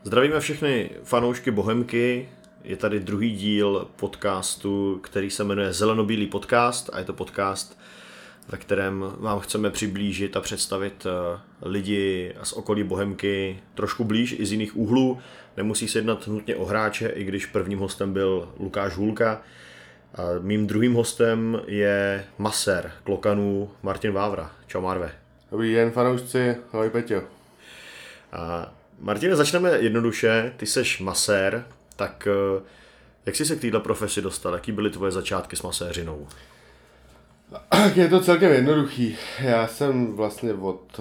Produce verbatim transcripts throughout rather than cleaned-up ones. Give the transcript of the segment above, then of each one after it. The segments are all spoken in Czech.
Zdravíme všechny fanoušky Bohemky, je tady druhý díl podcastu, který se jmenuje Zelenobílý podcast a je to podcast, ve kterém vám chceme přiblížit a představit lidi z okolí Bohemky trošku blíž i z jiných úhlů. Nemusí se jednat nutně o hráče, i když prvním hostem byl Lukáš Hůlka. A mým druhým hostem je masér Klokanů Martin Vávra. Čau Marve. Dobrý den fanoušci, ahoj Peťo. A Martine, začneme jednoduše, ty seš masér, tak jak jsi se k této profesi dostal, jaký byly tvoje začátky s maséřinou? Je to celkem jednoduchý, já jsem vlastně od,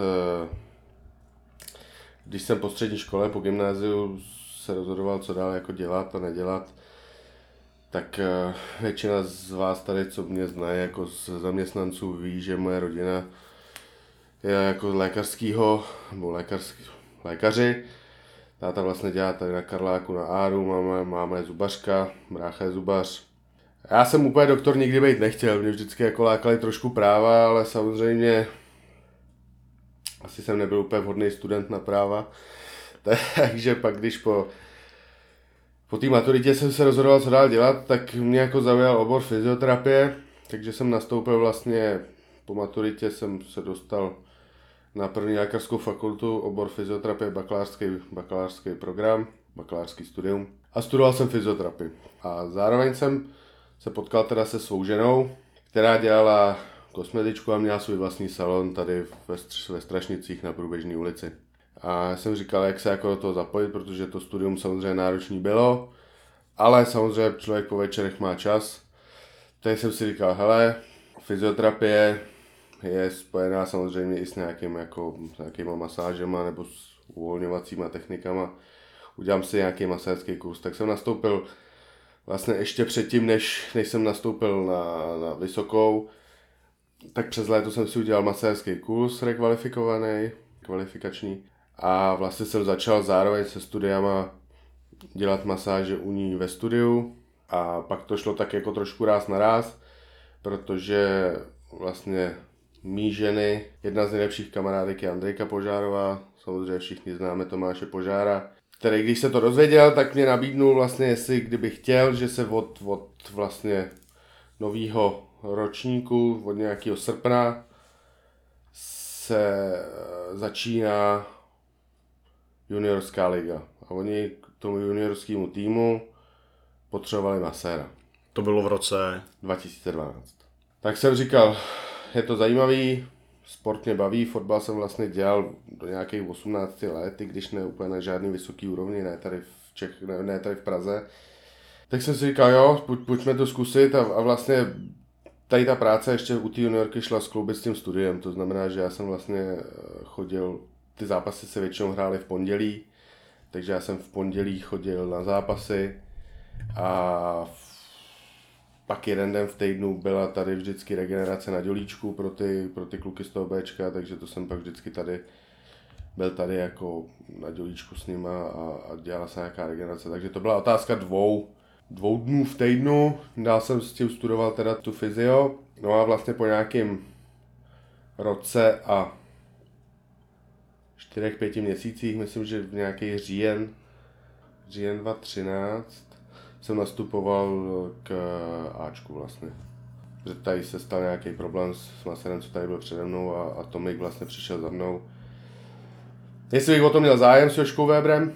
když jsem po střední škole, po gymnáziu se rozhodoval, co dál jako dělat a nedělat, tak většina z vás tady, co mě znají jako z zaměstnanců, ví, že moje rodina je jako z lékařského, nebo lékařský, lékaři. Táta vlastně dělá tady na Karláku na Áru, máme, máme je zubařka, brácha je zubař. Já jsem úplně doktor nikdy být nechtěl, mě vždycky jako lákali trošku práva, ale samozřejmě asi jsem nebyl úplně vhodný student na práva. Takže pak když po, po té maturitě jsem se rozhodoval, co dál dělat, tak mě jako zaujal obor fyzioterapie, takže jsem nastoupil vlastně, po maturitě jsem se dostal na první lékařskou fakultu, obor fyzioterapie, bakalářský, bakalářský program, bakalářský studium a studoval jsem fyzioterapii. A zároveň jsem se potkal teda se svou ženou, která dělala kosmetičku a měla svůj vlastní salon tady ve, ve Strašnicích na Průběžné ulici. A já jsem říkal, jak se jako do toho zapojit, protože to studium samozřejmě náročný bylo, ale samozřejmě člověk po večerech má čas. Takže jsem si říkal, hele, fyzioterapie je spojená samozřejmě i s nějakým, jako, s nějakýma masážema nebo s uvolňovacíma technikama. Udělám si nějaký maséřský kurz. Tak jsem nastoupil vlastně ještě předtím, než, než jsem nastoupil na, na vysokou, tak přes léto jsem si udělal maséřský kurz rekvalifikovaný, kvalifikační. A vlastně jsem začal zároveň se studiama dělat masáže u ní ve studiu. A pak to šlo tak jako trošku ráz na ráz, protože vlastně mý ženy, jedna z nejlepších kamarádek je Andrejka Požárová, samozřejmě všichni známe Tomáše Požára, který když se to dozvěděl, tak mě nabídnul vlastně, jestli kdyby chtěl, že se od, od vlastně nového ročníku, od nějakého srpna se začíná juniorská liga. A oni k tomu juniorskému týmu potřebovali maséra. To bylo v roce dva tisíce dvanáct. Tak jsem říkal, je to zajímavý, sport mě baví, fotbal jsem vlastně dělal do nějakých osmnácti let, i když ne úplně na žádný vysoký úrovni, ne tady v Čech, ne, ne tady v Praze. Tak jsem si říkal, jo, pojď, pojďme to zkusit a, a vlastně tady ta práce ještě u té juniorky šla skloubit s tím studiem, to znamená, že já jsem vlastně chodil, ty zápasy se většinou hrály v pondělí, takže já jsem v pondělí chodil na zápasy a pak jeden den v týdnu byla tady vždycky regenerace na dělíčku pro ty, pro ty kluky z toho Bčka, takže to jsem pak vždycky tady, byl tady jako na dělíčku s nima a, a dělala se nějaká regenerace. Takže to byla otázka dvou, dvou dnů v týdnu, dál jsem s tím studoval teda tu fyzio, no a vlastně po nějakém roce a čtyřech, pěti měsících, myslím, že v nějaký říjen, říjen dva tisíce třináct, jsem nastupoval k Ačku vlastně. Že tady se stal nějaký problém s masérem, co tady byl přede mnou a, a Tomik vlastně přišel za mnou. Jestli bych o tom měl zájem s Jožkou Vébrem,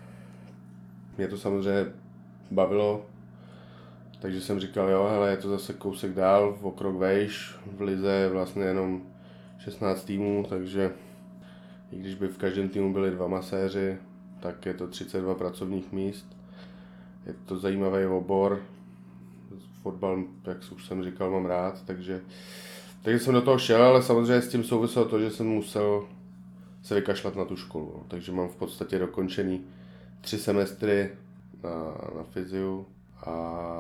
mě to samozřejmě bavilo, takže jsem říkal, jo, hele, je to zase kousek dál, o krok vejš, v lize je vlastně jenom šestnáct týmů, takže i když by v každém týmu byli dva maséři, tak je to třicet dva pracovních míst. Je to zajímavý obor, fotbal, jak už jsem říkal, mám rád, takže, takže jsem do toho šel, ale samozřejmě s tím souviselo to, že jsem musel se vykašlat na tu školu. No. Takže mám v podstatě dokončený tři semestry na, na fyziu a,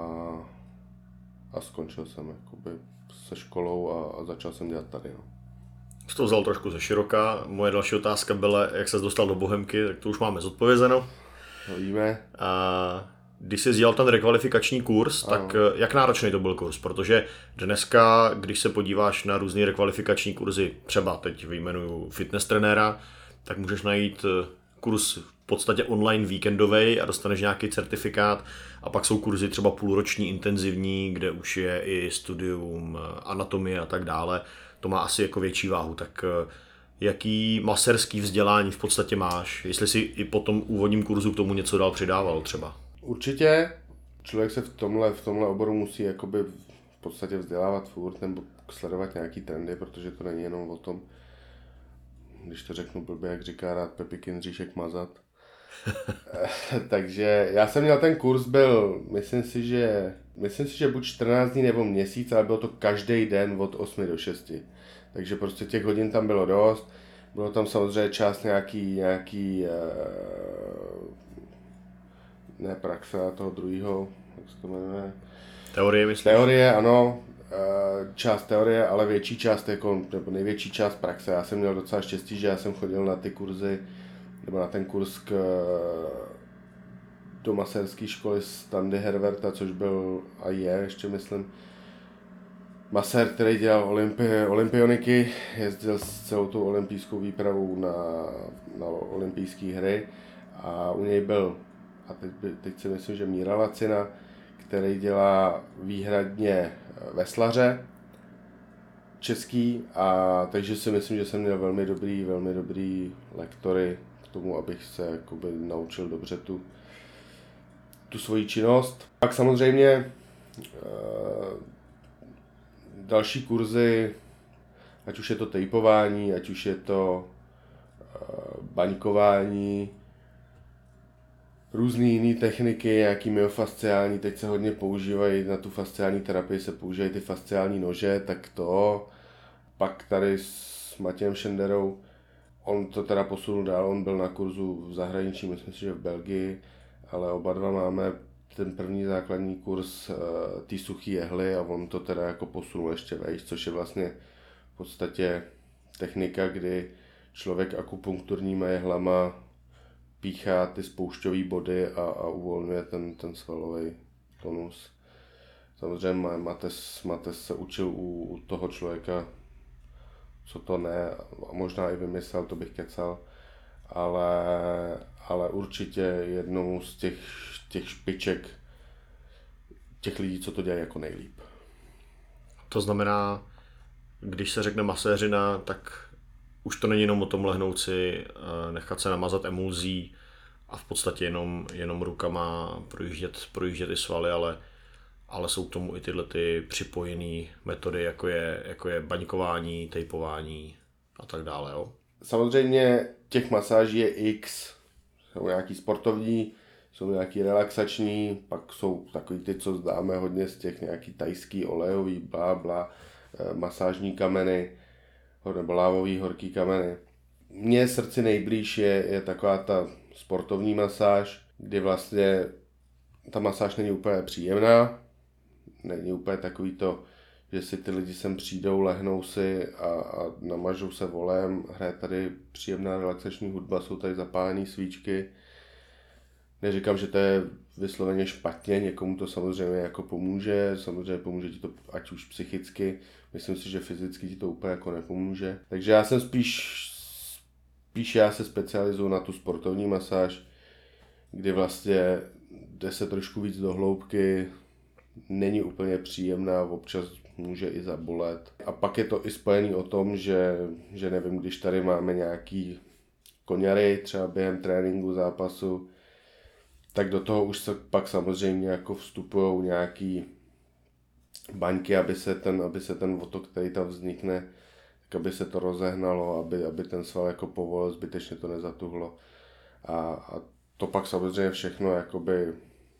a skončil jsem jakoby se školou a, a začal jsem dělat tady. No. Jsi to vzal trošku ze široka. Moje další otázka byla, jak ses dostal do Bohemky, tak to už máme zodpovězeno. No, víme. A když jsi dělal ten rekvalifikační kurz, ano. Tak jak náročný to byl kurz? Protože dneska, když se podíváš na různé rekvalifikační kurzy, třeba teď vyjmenuju fitness trenéra, tak můžeš najít kurz podstatě online víkendovej a dostaneš nějaký certifikát a pak jsou kurzy třeba půlroční intenzivní, kde už je i studium anatomie a tak dále. To má asi jako větší váhu, tak jaký maserský vzdělání v podstatě máš? Jestli si i po tom úvodním kurzu k tomu něco dál přidával třeba? Určitě. Člověk se v tomhle, v tomhle oboru musí jakoby v podstatě vzdělávat furt nebo sledovat nějaký trendy, protože to není jenom o tom, když to řeknu blbě, jak říká rád Pepi Jindříšek, mazat. Takže já jsem měl ten kurz, byl, myslím si, že myslím si, že buď čtrnáct dní nebo měsíc, ale bylo to každý den od osmi do šesti. Takže prostě těch hodin tam bylo dost. Bylo tam samozřejmě část nějaký, nějaký ne praxe, a toho druhého, jak se to jmenuje? Teorie, myslím. Teorie, ano. Část teorie, ale větší část, jako, nebo největší část praxe. Já jsem měl docela štěstí, že já jsem chodil na ty kurzy, nebo na ten kurz k, do masérské školy Standy Herverta, což byl a je, ještě myslím, masér, který dělal olympi, olympioniky, jezdil s celou tou olympijskou výpravou na, na olympijské hry a u něj byl, a teď, teď si myslím, že Míra Lacina, který dělá výhradně veslaře český, a takže si myslím, že jsem měl velmi dobrý, velmi dobrý lektory k tomu, abych se jakoby naučil dobře tu, tu svoji činnost. Pak samozřejmě e, další kurzy, ať už je to tejpování, ať už je to e, baňkování, různé jiné techniky, nějaký myofasciální, teď se hodně používají, na tu fasciální terapii se používají ty fasciální nože, tak to. Pak tady s Matějem Šenderou, on to teda posunul dál, on byl na kurzu v zahraničí, myslím si, že v Belgii, ale oba dva máme ten první základní kurz uh, té suchý jehly a on to teda jako posunul ještě vejš, což je vlastně v podstatě technika, kdy člověk akupunkturníma jehlama píchá ty spoušťové body a, a uvolňuje ten, ten svalový tonus. Samozřejmě Mates, Mates se učil u, u toho člověka, co to ne, a možná i vymyslel, to bych kecal, ale, ale určitě jednou z těch, těch špiček těch lidí, co to dělají jako nejlíp. To znamená, když se řekne maséřina, tak už to není jenom o tom lehnout si, nechat se namazat emulzí a v podstatě jenom, jenom rukama projíždět, projíždět i svaly, ale, ale jsou k tomu i tyhle ty připojené metody, jako je, jako je baňkování, tejpování a tak dále. Jo? Samozřejmě těch masáží je x, jsou nějaký sportovní, jsou nějaký relaxační, pak jsou takový ty, co známe hodně z těch nějaký tajský, olejový, blá, blá, masážní kameny, nebo lávový horký kameny. Mně srdci nejblíž je, je taková ta sportovní masáž, kdy vlastně ta masáž není úplně příjemná, není úplně takový to, že si ty lidi sem přijdou, lehnou si a, a namažou se volem, hraje tady příjemná relaxační hudba, jsou tady zapálené svíčky. Neříkám, že to je vysloveně špatně, někomu to samozřejmě jako pomůže, samozřejmě pomůže ti to ať už psychicky, myslím si, že fyzicky ti to úplně jako nepomůže. Takže já jsem spíš, spíš já se specializuju na tu sportovní masáž, kdy vlastně jde se trošku víc do hloubky, není úplně příjemná, občas může i zabolet. A pak je to i spojený o tom, že, že nevím, když tady máme nějaký koňary, třeba během tréninku, zápasu, tak do toho už se pak samozřejmě jako vstupují nějaký baňky, aby se ten, aby se ten otok, který tam vznikne, tak aby se to rozehnalo, aby, aby ten sval jako povolil, zbytečně to nezatuhlo. A, a to pak samozřejmě všechno jakoby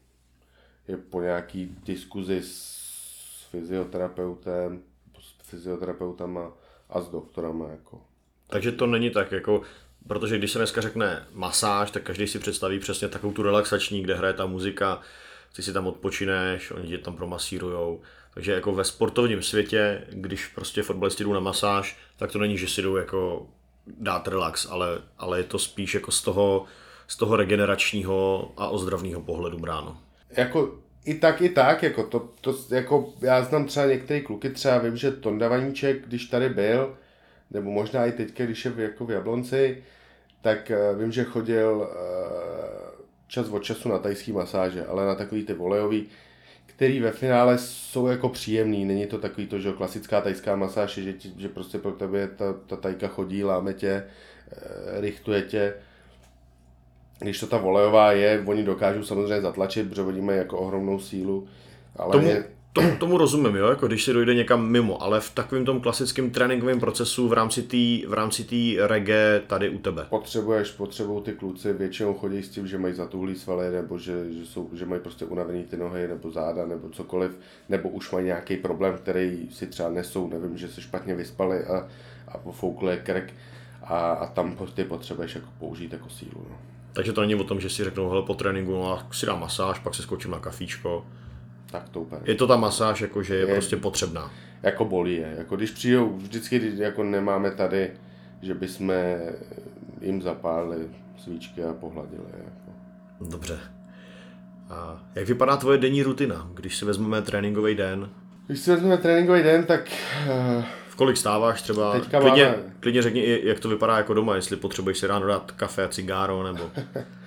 je po nějaký diskuzi s fyzioterapeutem, s fyzioterapeutama a s doktorama. Jako. Takže to není tak, jako, protože když se dneska řekne masáž, tak každý si představí přesně takovou tu relaxační, kde hraje ta muzika, ty si tam odpočineš, oni tě tam promasírujou. Takže jako ve sportovním světě, když prostě fotbalisti jdou na masáž, tak to není, že si jdou jako dát relax, ale, ale je to spíš jako z toho, z toho regeneračního a ozdravného pohledu bráno. Jako i tak, i tak, jako to, to jako já znám třeba některé kluky, třeba vím, že Tonda Vaníček, když tady byl, nebo možná i teďka, když je v, jako v Jablonci, tak vím, že chodil čas od času na tajský masáže, ale na takový ty volejový, který ve finále jsou jako příjemný. Není to takový to, že klasická tajská masáž je, že, že prostě pro tebe ta, ta tajka chodí, láme tě, richtuje tě. Když to ta volejová je, oni dokážou samozřejmě zatlačit, protože oni mají jako ohromnou sílu. Ale tomu, je... tomu, tomu rozumím, jo? Jako když si dojde někam mimo, ale v takovém tom klasickém tréninkovém procesu v rámci té v rámci té reggae tady u tebe. Potřebuješ, potřebují ty kluci, většinou chodí s tím, že mají zatuhlý svaly, nebo že, že, jsou, že mají prostě unavený ty nohy, nebo záda, nebo cokoliv, nebo už mají nějaký problém, který si třeba nesou, nevím, že se špatně vyspali a, a pofoukli krk a, a tam ty potřebuješ jako použít jako sílu. No. Takže to není o tom, že si řeknou, hele, po tréninku, no, si dám masáž, pak se skočím na kafíčko. Tak to úplně. Je to ta masáž, jako, že je, je prostě potřebná. Jako bolí je. Jako když přijdou, vždycky jako nemáme tady, že bychom jim zapálili svíčky a pohladili. Jako. Dobře. A jak vypadá tvoje denní rutina, když si vezmeme tréninkový den? Když si vezmeme tréninkový den, tak... Uh, v kolik stáváš třeba? Teďka klidně, máme... klidně řekni, jak to vypadá jako doma, jestli potřebuješ si ráno dát kafe, cigáro, nebo... uh,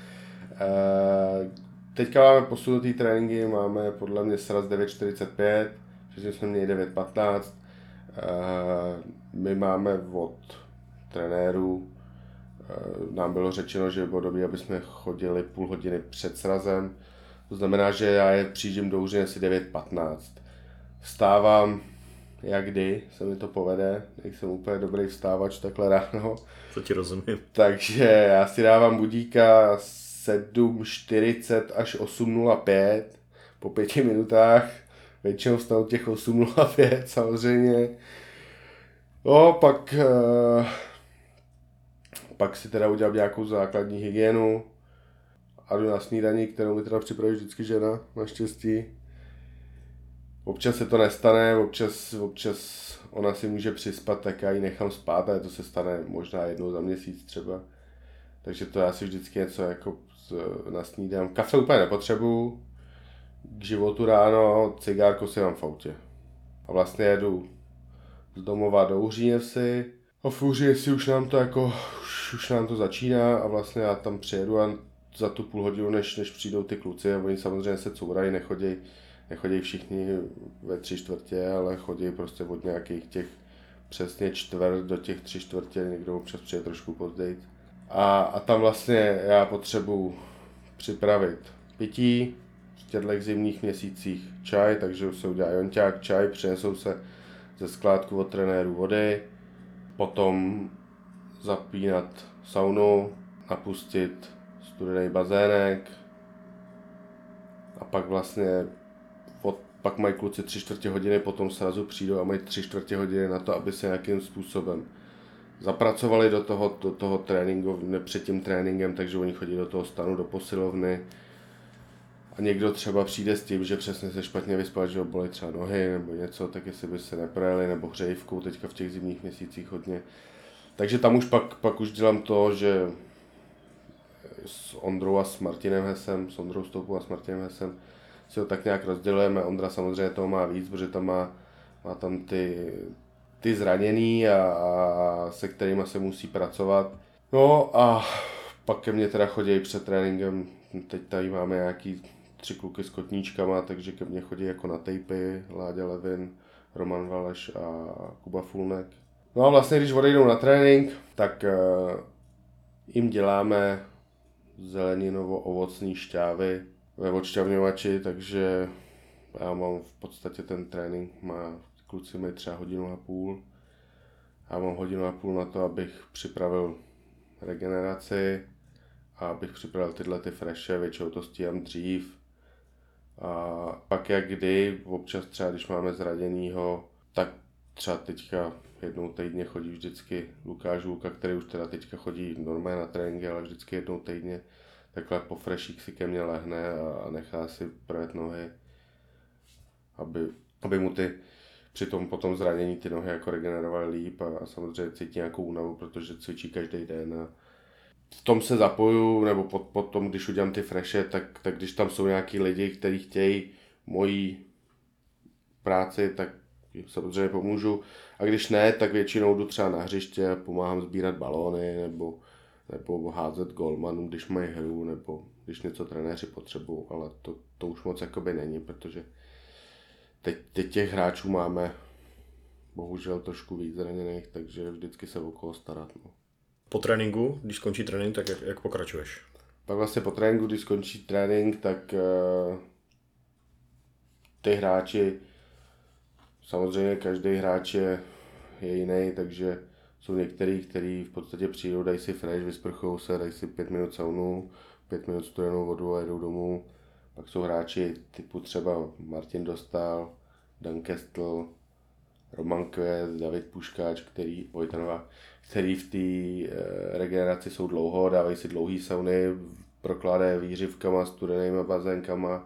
teďka máme posunutý tréninky, máme podle mě sraz devět čtyřicet pět, protože jsme měli devět patnáct. Uh, my máme od trenérů, uh, nám bylo řečeno, že bylo dobré, aby jsme chodili půl hodiny před srazem. To znamená, že já je přijíždím do Úřiny asi devět patnáct. Vstávám, jak kdy se mi to povede, nejsem úplně dobrý vstávač takhle ráno. To ti rozumím. Takže já si dávám budíka sedm čtyřicet až osm nula pět po pěti minutách. Většinou vstanu těch osm nula pět samozřejmě. No, pak, uh, pak si teda udělám nějakou základní hygienu a jdu na snídani, kterou mi teda připraví vždycky žena, naštěstí. Občas se to nestane, občas, občas ona si může přispat, tak já ji nechám spát, ale to se stane možná jednou za měsíc třeba. Takže to já si vždycky něco jako nasnídám. Kafe úplně nepotřebuju, k životu ráno, cigárko si mám v autě. A vlastně jedu z domova do Uhříněvsi. A v Uhříněvsi už nám to jako, už, už nám to začíná a vlastně já tam přijedu a za tu půl hodinu, než, než přijdou ty kluci, a oni samozřejmě se courají, nechodí, nechodí všichni ve tři čtvrtě, ale chodí prostě od nějakých těch přesně čtvrt do těch tři čtvrtě, někdo občas přijde trošku později. A, a tam vlastně já potřebuji připravit pití, v těchto zimních měsících čaj, takže se udělá jonťák, čaj, přinesou se ze skládku od trenéru vody, potom zapínat saunu, napustit studený bazének a pak vlastně od, pak mají kluci tři čtvrtě hodiny, potom srazu přijdou a mají tři čtvrtě hodiny na to, aby se nějakým způsobem zapracovali do toho, do toho tréninku, ne před tím tréninkem, takže oni chodí do toho stanu, do posilovny. A někdo třeba přijde s tím, že přesně se špatně vyspal, že ho bolí třeba nohy nebo něco, tak jestli by se neprojeli, nebo hřejivkou teďka v těch zimních měsících hodně. Takže tam už pak, pak už dělám to, že s Ondrou a s Martinem Hesem, s Ondrou Stoupou a s Martinem Hesem si ho tak nějak rozdělujeme. Ondra samozřejmě toho má víc, protože tam má, má tam ty, ty zraněný a, a se kterými se musí pracovat. No a pak ke mně teda chodí před tréninkem, teď tady máme nějaký tři kluky s kotníčkama, takže ke mně chodí jako na tejpy, Láďa Levin, Roman Valeš a Kuba Fulnek. No a vlastně když odejdou na trénink, tak uh, jim děláme zeleninovo-ovocný šťávy ve odšťavňovači, takže já mám v podstatě ten trénink, má, kluci mají třeba hodinu a půl. Já mám hodinu a půl na to, abych připravil regeneraci a abych připravil tyhle ty freshe, většinou to stíhám dřív. A pak jak kdy, občas třeba když máme zraněnýho, tak třeba teďka jednou týdně chodí vždycky Lukáš Luka, který už teda teďka chodí normálně na tréninky, ale vždycky jednou týdně takhle po freshích si ke mně lehne a nechá si projet nohy, aby, aby mu ty při tom potom zranění ty nohy jako regenerovaly líp a, a samozřejmě cítí nějakou únavu, protože cvičí každý den. A v tom se zapoju, nebo pod, potom, když udělám ty freshe, tak, tak když tam jsou nějaký lidi, kteří chtějí moji práci, tak samozřejmě pomůžu. A když ne, tak většinou jdu třeba na hřiště, pomáhám sbírat balóny, nebo, nebo házet golmanům, když mají hru, nebo když něco trenéři potřebují, ale to, to už moc jakoby není, protože teď, teď těch hráčů máme bohužel trošku víc zraněných, takže vždycky se o koho starat. No. Po tréninku, když skončí trénink, tak jak, jak pokračuješ? Pak vlastně po tréninku, když skončí trénink, tak uh, ty hráči, samozřejmě každý hráč je, je jiný, takže jsou některý, kteří v podstatě přijdou, dají si fresh, vysprchou se, dají si pět minut saunu, pět minut studenou vodu a jedou domů. Pak jsou hráči typu třeba Martin Dostal, Dan Kestl, Roman Květ, David Puškáč, který, Vojtanova, který v té e, regeneraci jsou dlouho, dávají si dlouhý sauny, prokládají výřivkama, studenýma bazénkama,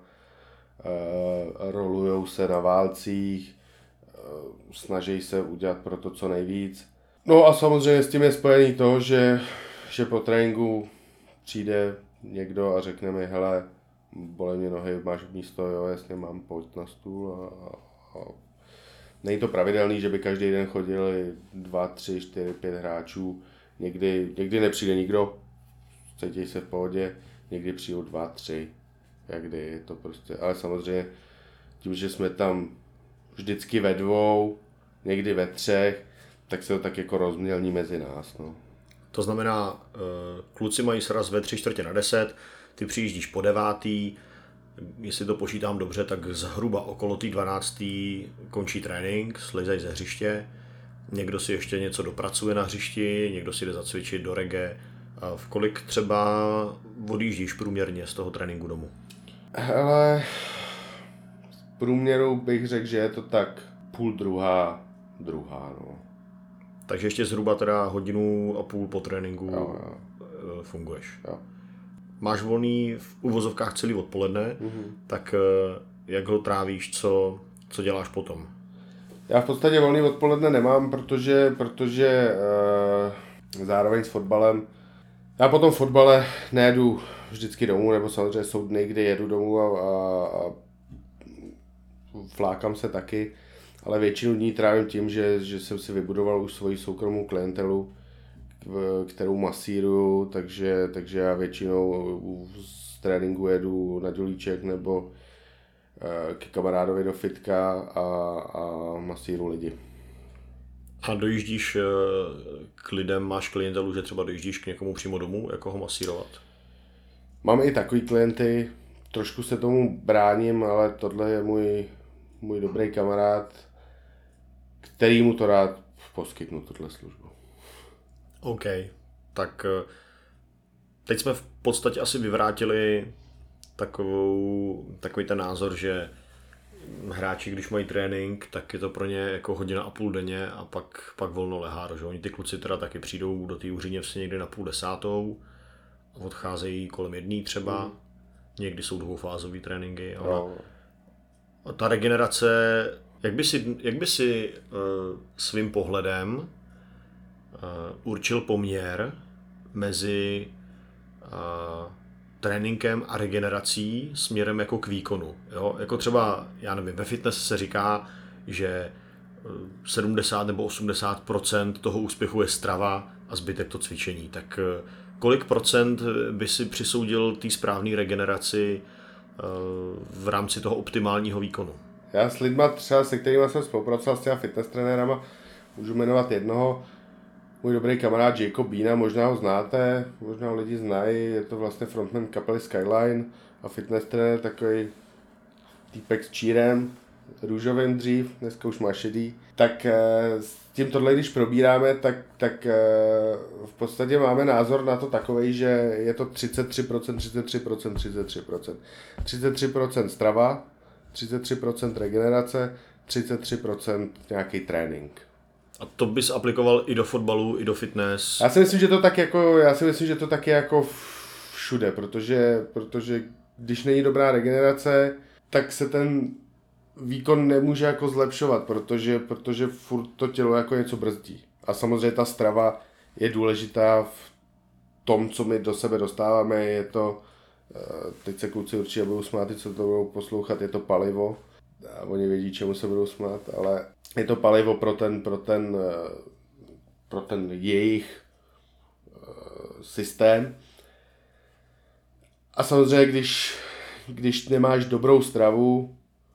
e, rolujou se na válcích, e, snaží se udělat pro to co nejvíc. No a samozřejmě s tím je spojený to, že, že po tréninku přijde někdo a řekne mi, hele, bolí mě nohy, máš místo, jo, jasně mám, pojď na stůl a, a není to pravidelný, že by každý den chodili dva, tři, čtyři, pět hráčů, někdy, někdy nepřijde nikdo, cítí se v pohodě, někdy přijdou dva, tři, jakdy je to prostě, ale samozřejmě tím, že jsme tam vždycky ve dvou, někdy ve třech, tak se to tak jako rozmělní mezi nás, no. To znamená, kluci mají sraz ve tři čtvrtě na deset, ty přijíždíš po devátý, jestli to počítám dobře, tak zhruba okolo té dvanácté končí trénink, slezají ze hřiště, někdo si ještě něco dopracuje na hřišti, někdo si jde zacvičit do reggae. A v kolik třeba odjíždíš průměrně z toho tréninku domů? Hele, v průměru bych řekl, že je to tak půl druhá, druhá, no. Takže ještě zhruba teda hodinu a půl po tréninku jo, jo. funguješ. Jo. Máš volný v uvozovkách celý odpoledne, mm-hmm. tak jak ho trávíš, co, co děláš potom? Já v podstatě volný odpoledne nemám, protože, protože e, zároveň s fotbalem, já po tom fotbale nejedu vždycky domů, nebo samozřejmě jsou dny, kdy jedu domů a, a, a flákám se taky, ale většinu dní trávím tím, že, že jsem si vybudoval už svoji soukromou klientelu, kterou masíruju, takže, takže já většinou z tréninku jedu na Dělíček nebo k kamarádovi do fitka a, a masíruju lidi. A dojíždíš k lidem, máš klientelu, že třeba dojíždíš k někomu přímo domů, jako ho masírovat? Mám i takový klienty, trošku se tomu bráním, ale tohle je můj, můj dobrý kamarád, který mu to rád poskytnu, tuhle službu. OK, tak teď jsme v podstatě asi vyvrátili takovou, takový ten názor, že hráči, když mají trénink, tak je to pro ně jako hodina a půl denně a pak, pak volno lehá, že oni ty kluci teda taky přijdou do té Uříněvsi někdy na půl desátou, odcházejí kolem jedný třeba, mm. někdy jsou dvoufázový tréninky, ale no. Ta regenerace, jak by si, jak by si uh, svým pohledem uh, určil poměr mezi uh, tréninkem a regenerací směrem jako k výkonu. Jo? Jako třeba, já nevím, ve fitness se říká, že sedmdesát nebo osmdesát procent toho úspěchu je strava a zbytek to cvičení. Tak kolik procent by si přisoudil té správné regeneraci v rámci toho optimálního výkonu? Já s lidma třeba, se kterými jsem spolupracoval s těma fitness trenérama, můžu jmenovat jednoho, můj dobrý kamarád Jacob Bína, možná ho znáte, možná ho lidi znají, je to vlastně frontman kapely Skyline a fitness trenér, takový týpek s čírem, růžovým dřív, dneska už má šedý. Tak s tím tohle, když probíráme, tak, tak v podstatě máme názor na to takovej, že je to třicet tři procent, třicet tři procent, třicet tři procent. třicet tři procent strava, třicet tři procent regenerace, třicet tři procent nějaký trénink. A to bys aplikoval i do fotbalu, i do fitness? Já si myslím, že to tak jako, já si myslím, že to tak je jako všude, protože, protože když není dobrá regenerace, tak se ten výkon nemůže jako zlepšovat, protože, protože furt to tělo jako něco brzdí. A samozřejmě ta strava je důležitá v tom, co my do sebe dostáváme, je to, teď se kluci určitě budou smát, co to budou poslouchat, je to palivo. A oni vědí, čemu se budou smát, ale je to palivo pro ten, pro ten, pro ten jejich systém. A samozřejmě, když, když nemáš dobrou stravu,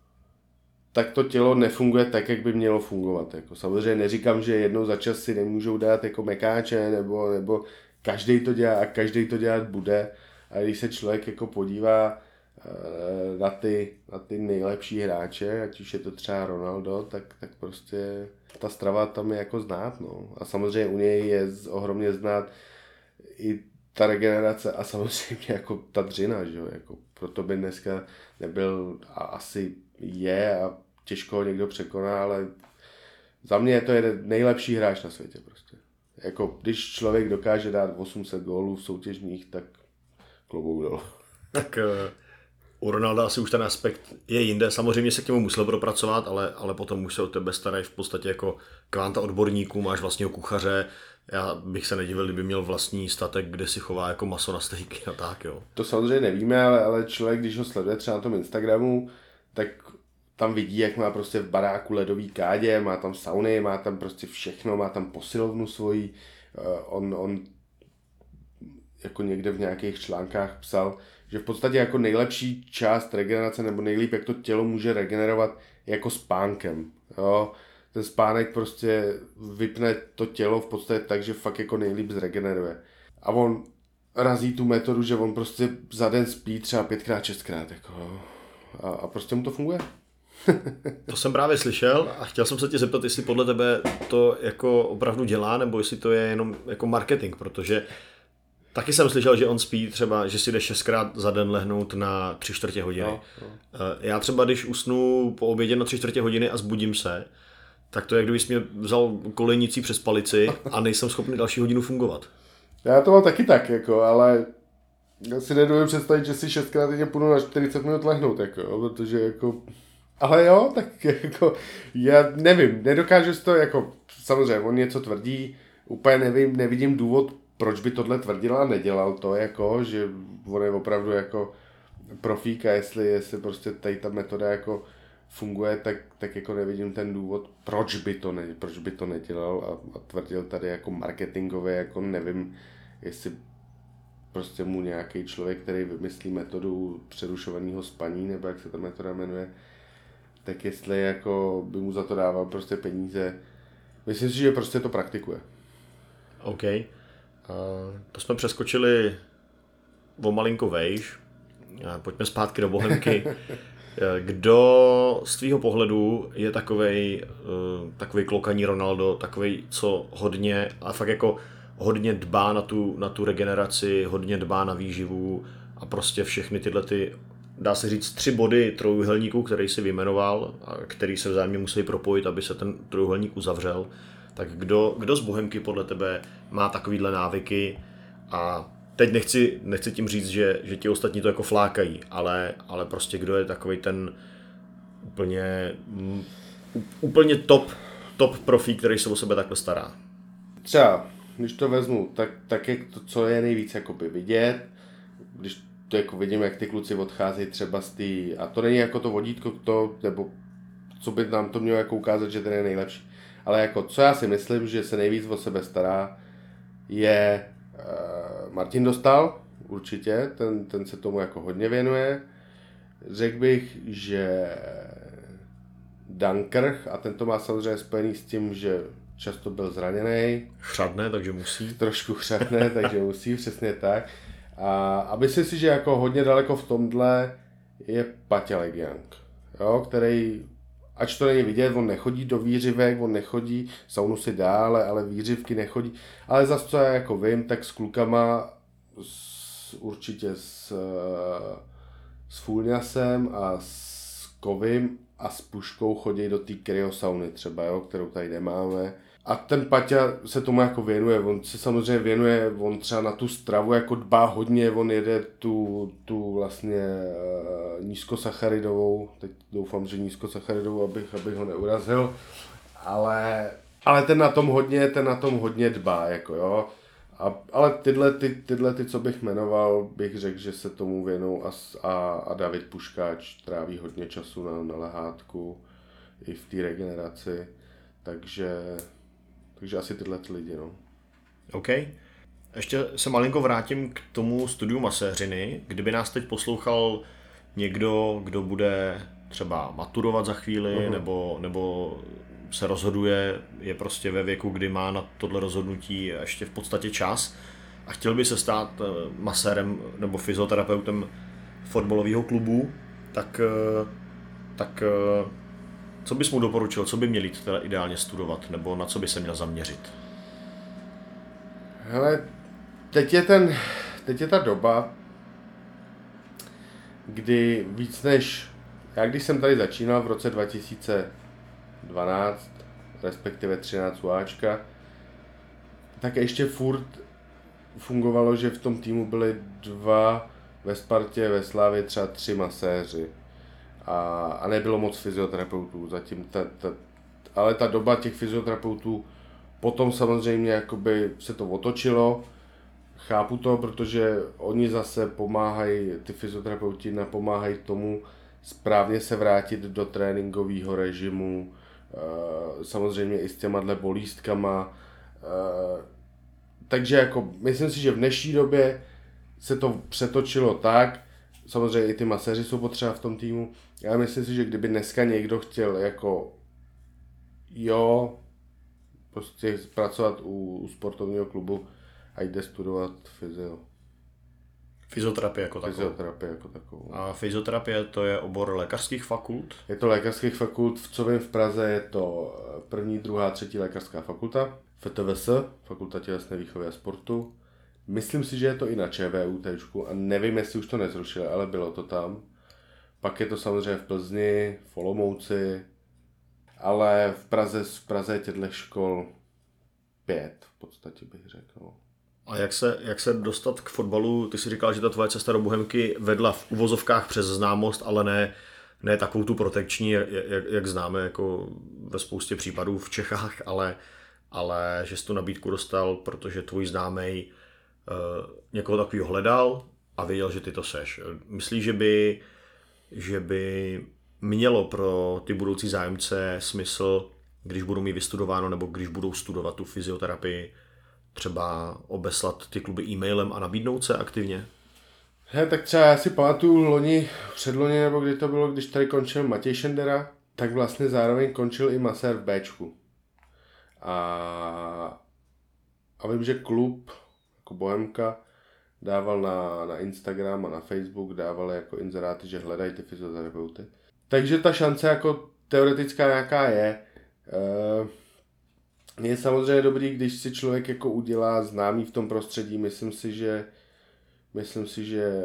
tak to tělo nefunguje tak, jak by mělo fungovat. Jako samozřejmě neříkám, že jednou za čas si nemůžou dát jako mekáče, nebo, nebo každý to dělá a každý to dělat bude. A když se člověk jako podívá na ty, na ty nejlepší hráče, ať už je to třeba Ronaldo, tak, tak prostě ta strava tam je jako znát. No. A samozřejmě u něj je ohromně znát i ta regenerace a samozřejmě jako ta dřina, že jo, jako proto by dneska nebyl a asi je a těžko ho někdo překoná, ale za mě je to jeden nejlepší hráč na světě prostě. Jako když člověk dokáže dát osm set gólů v soutěžních, tak klobouk dolů. Tak u Ronalda asi už ten aspekt je jinde. Samozřejmě se k němu musel propracovat, ale, ale potom už se o tebe starají v podstatě jako kvanta odborníků, máš vlastního kuchaře. Já bych se nedivil, kdyby měl vlastní statek, kde si chová jako maso na stejky a tak, jo. To samozřejmě nevíme, ale, ale člověk, když ho sleduje třeba na tom Instagramu, tak tam vidí, jak má prostě v baráku ledový kádě, má tam sauny, má tam prostě všechno, má tam posilovnu svojí. On, on jako někde v nějakých článkách psal, že v podstatě jako nejlepší část regenerace nebo nejlíp, jak to tělo může regenerovat, je jako spánkem. Jo? Ten spánek prostě vypne to tělo v podstatě tak, že fakt jako nejlíp zregeneruje. A on razí tu metodu, že on prostě za den spí třeba pětkrát, šestkrát. Jako, a, a prostě mu to funguje. To jsem právě slyšel a chtěl jsem se tě zeptat, jestli podle tebe to jako opravdu dělá, nebo jestli to je jenom jako marketing, protože taky jsem slyšel, že on spí třeba, že si jde šestkrát za den lehnout na tři čtvrtě hodiny. No, no. Já třeba, když usnu po obědě na tři čtvrtě hodiny a zbudím se, tak to je, jak kdybys mě vzal kolejnicí přes palici a nejsem schopný další hodinu fungovat. Já to mám taky tak, jako, ale já si nedovedu představit, že si šestkrát denně půjdu na čtyřicet minut lehnout, jako, protože jako... Ale jo, tak jako, já nevím, nedokážu si to, jako, samozřejmě, on něco tvrdí, úplně nevím, nevidím důvod, proč by tohle tvrdil a nedělal to, jako, že on je opravdu jako profík a jestli, jestli prostě tady ta metoda jako funguje, tak, tak jako nevidím ten důvod, proč by to, ne, proč by to nedělal a, a tvrdil tady jako marketingově, jako nevím, jestli prostě mu nějaký člověk, který vymyslí metodu přerušovaného spaní, nebo jak se ta metoda jmenuje, tak jestli jako by mu za to dával prostě peníze. Myslím si, že prostě to praktikuje. OK. Uh, to jsme přeskočili o malinko vejš. Uh, pojďme zpátky do Bohemky. Kdo z tvýho pohledu je takovej, uh, takovej klokaní Ronaldo, takovej, co hodně, a fakt jako hodně dbá na tu, na tu regeneraci, hodně dbá na výživu a prostě všechny tyhle ty, dá se říct, tři body trojúhelníků, který si vyjmenoval a který se vzájemně musí propojit, aby se ten trojúhelník uzavřel. Tak kdo, kdo z Bohemky podle tebe má takovýhle návyky? A teď nechci, nechci tím říct, že, že ti ostatní to jako flákají, ale, ale prostě kdo je takovej ten úplně, úplně top, top profík, který se o sebe takhle stará? Třeba, když to vezmu, tak, tak je to, co je nejvíc jakoby vidět, když to jako vidím, jak ty kluci odcházejí třeba z té, a to není jako to vodítko, to, nebo co by nám to mělo jako ukázat, že ten je nejlepší. Ale jako, co já si myslím, že se nejvíc o sebe stará, je uh, Martin Dostal, určitě, ten, ten se tomu jako hodně věnuje. Řekl bych, že Dan Krch, a ten to má samozřejmě spojený s tím, že často byl zraněný. Chřadne, takže musí. Trošku chřadne, takže musí, přesně tak. A, a myslím si, že jako hodně daleko v tomhle je Paťa Legiang, jo, který, ač to není vidět, on nechodí do výřivek, on nechodí, saunu si dá, ale, ale výřivky nechodí. Ale zase, co já jako vím, tak s klukama, s, určitě s, s Fulňasem a s Kovim a s Puškou chodí do té kryosauny třeba, jo, kterou tady nemáme. A ten Paťa se tomu jako věnuje, on se samozřejmě věnuje, on třeba na tu stravu jako dbá hodně, on jede tu, tu vlastně uh, nízkosacharidovou, teď doufám, že nízkosacharidovou, abych, abych ho neurazil, ale, ale ten na tom hodně, ten na tom hodně dbá, jako jo. A, ale tyhle, ty, tyhle ty, co bych jmenoval, bych řekl, že se tomu věnou a, a, a David Puškáč tráví hodně času na, na lehátku i v té regeneraci, takže... Takže asi tyhle lidi, no. OK. Ještě se malinko vrátím k tomu studiu maséřiny. Kdyby nás teď poslouchal někdo, kdo bude třeba maturovat za chvíli, uh-huh. nebo, nebo se rozhoduje, je prostě ve věku, kdy má na tohle rozhodnutí ještě v podstatě čas a chtěl by se stát masérem nebo fyzioterapeutem fotbalového klubu, tak, tak co bys mu doporučil, co by měl jít teda ideálně studovat, nebo na co by se měl zaměřit? Hele, teď je ten, teď je ta doba, kdy víc než, já když jsem tady začínal v roce dva tisíce dvanáct, respektive třináct UAčka, tak ještě furt fungovalo, že v tom týmu byly dva, ve Spartě, ve Slavii třeba tři maséři a, a nebylo moc fyzioterapeutů zatím, ta, ta, ale ta doba těch fyzioterapeutů potom samozřejmě jakoby se to otočilo. Chápu to, protože oni zase pomáhají, ty fyzioterapeuti napomáhají tomu správně se vrátit do tréninkového režimu, samozřejmě i s těma bolístkama. Takže jako myslím si, že v dnešní době se to přetočilo tak, samozřejmě i ty maséři jsou potřeba v tom týmu. Já myslím si, že kdyby dneska někdo chtěl jako jo, prostě pracovat u, u sportovního klubu a jde studovat fyzio. Fyzioterapie jako takovou. Fyzioterapie jako takovou. A fyzioterapie to je obor lékařských fakult? Je to lékařských fakult, v co vím v Praze je to první, druhá, třetí lékařská fakulta. F T V S, Fakulta tělesné výchovy a sportu. Myslím si, že je to i na ČVUT a nevím, jestli už to nezrušili, ale bylo to tam. Pak je to samozřejmě v Plzni, v Olomouci, ale v Praze, v Praze je těchto škol pět, v podstatě bych řekl. A jak se, jak se dostat k fotbalu? Ty jsi říkal, že ta tvoje cesta do Bohemky vedla v uvozovkách přes známost, ale ne, ne takovou tu protekční, jak, jak známe jako ve spoustě případů v Čechách, ale, ale že jsi tu nabídku dostal, protože tvůj známej uh, někoho takového hledal a věděl, že ty to seš. Myslíš, že by, že by mělo pro ty budoucí zájemce smysl, když budou mít vystudováno nebo když budou studovat tu fyzioterapii, třeba obeslat ty kluby e-mailem a nabídnout se aktivně? He, tak třeba já si pamatuju loni, předloni nebo kdy to bylo, když tady končil Matěj Šendera, tak vlastně zároveň končil i masér v Bčku. A, a vím, že klub jako Bohemka dával na, na Instagram a na Facebook, dával jako inzeráty, že hledají ty fyzioterapeuty. Takže ta šance jako teoretická nějaká je. E, je samozřejmě dobrý, když si člověk jako udělá známý v tom prostředí. Myslím si, že myslím si, že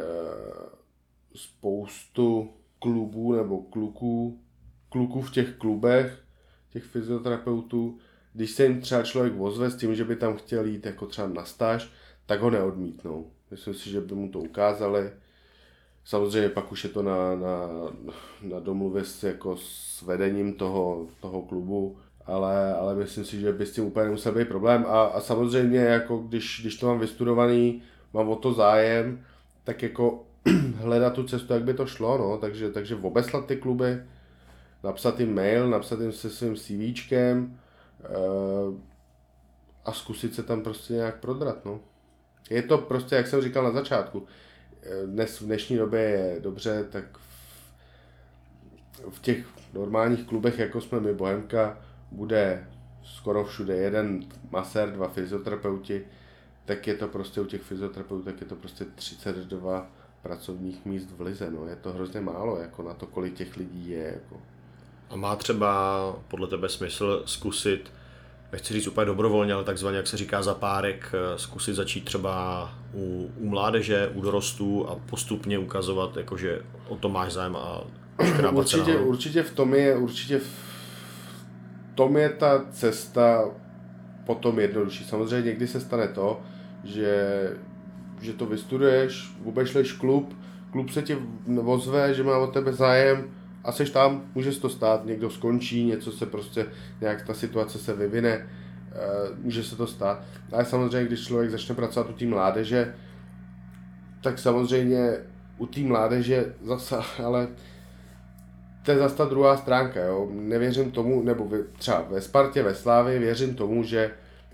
spoustu klubů nebo kluků, kluků v těch klubech, těch fyzioterapeutů, když se jim třeba člověk ozve s tím, že by tam chtěl jít jako třeba na stáž, tak ho neodmítnou. Myslím si, že by mu to ukázali. Samozřejmě pak už je to na, na, na domluvě s, jako s vedením toho, toho klubu, ale, ale myslím si, že by s tím úplně nemusel být problém. A, a samozřejmě, jako když, když to mám vystudovaný, mám o to zájem, tak jako hledat tu cestu, jak by to šlo, no. takže, takže obeslat ty kluby, napsat jim mail, napsat jim se svým CVčkem e, a zkusit se tam prostě nějak prodrat, no. Je to prostě, jak jsem říkal na začátku, dnes v dnešní době je dobře, tak v, v těch normálních klubech, jako jsme my Bohemka, bude skoro všude jeden masér, dva fyzioterapeuti, tak je to prostě u těch fyzioterapeutů, tak je to prostě třicet dva pracovních míst v lize, no. Je to hrozně málo, jako na to, kolik těch lidí je, jako. A má třeba podle tebe smysl zkusit, nechci říct úplně dobrovolně, ale takzvaně, jak se říká, za párek, zkusit začít třeba u, u mládeže, u dorostů a postupně ukazovat, jakože o to máš zájem a určitě, určitě v tom je, určitě v tom je ta cesta potom jednodušší. Samozřejmě někdy se stane to, že, že to vystuduješ, obešleš klub, klub se ti ozve, že má o tebe zájem a seš tam, může se to stát, někdo skončí, něco se prostě, nějak ta situace se vyvine, může se to stát. Ale samozřejmě, když člověk začne pracovat u té mládeže, tak samozřejmě u té mládeže zase, ale to je zase ta druhá stránka, jo. Nevěřím tomu, nebo třeba ve Spartě, ve Slávii, věřím tomu, že,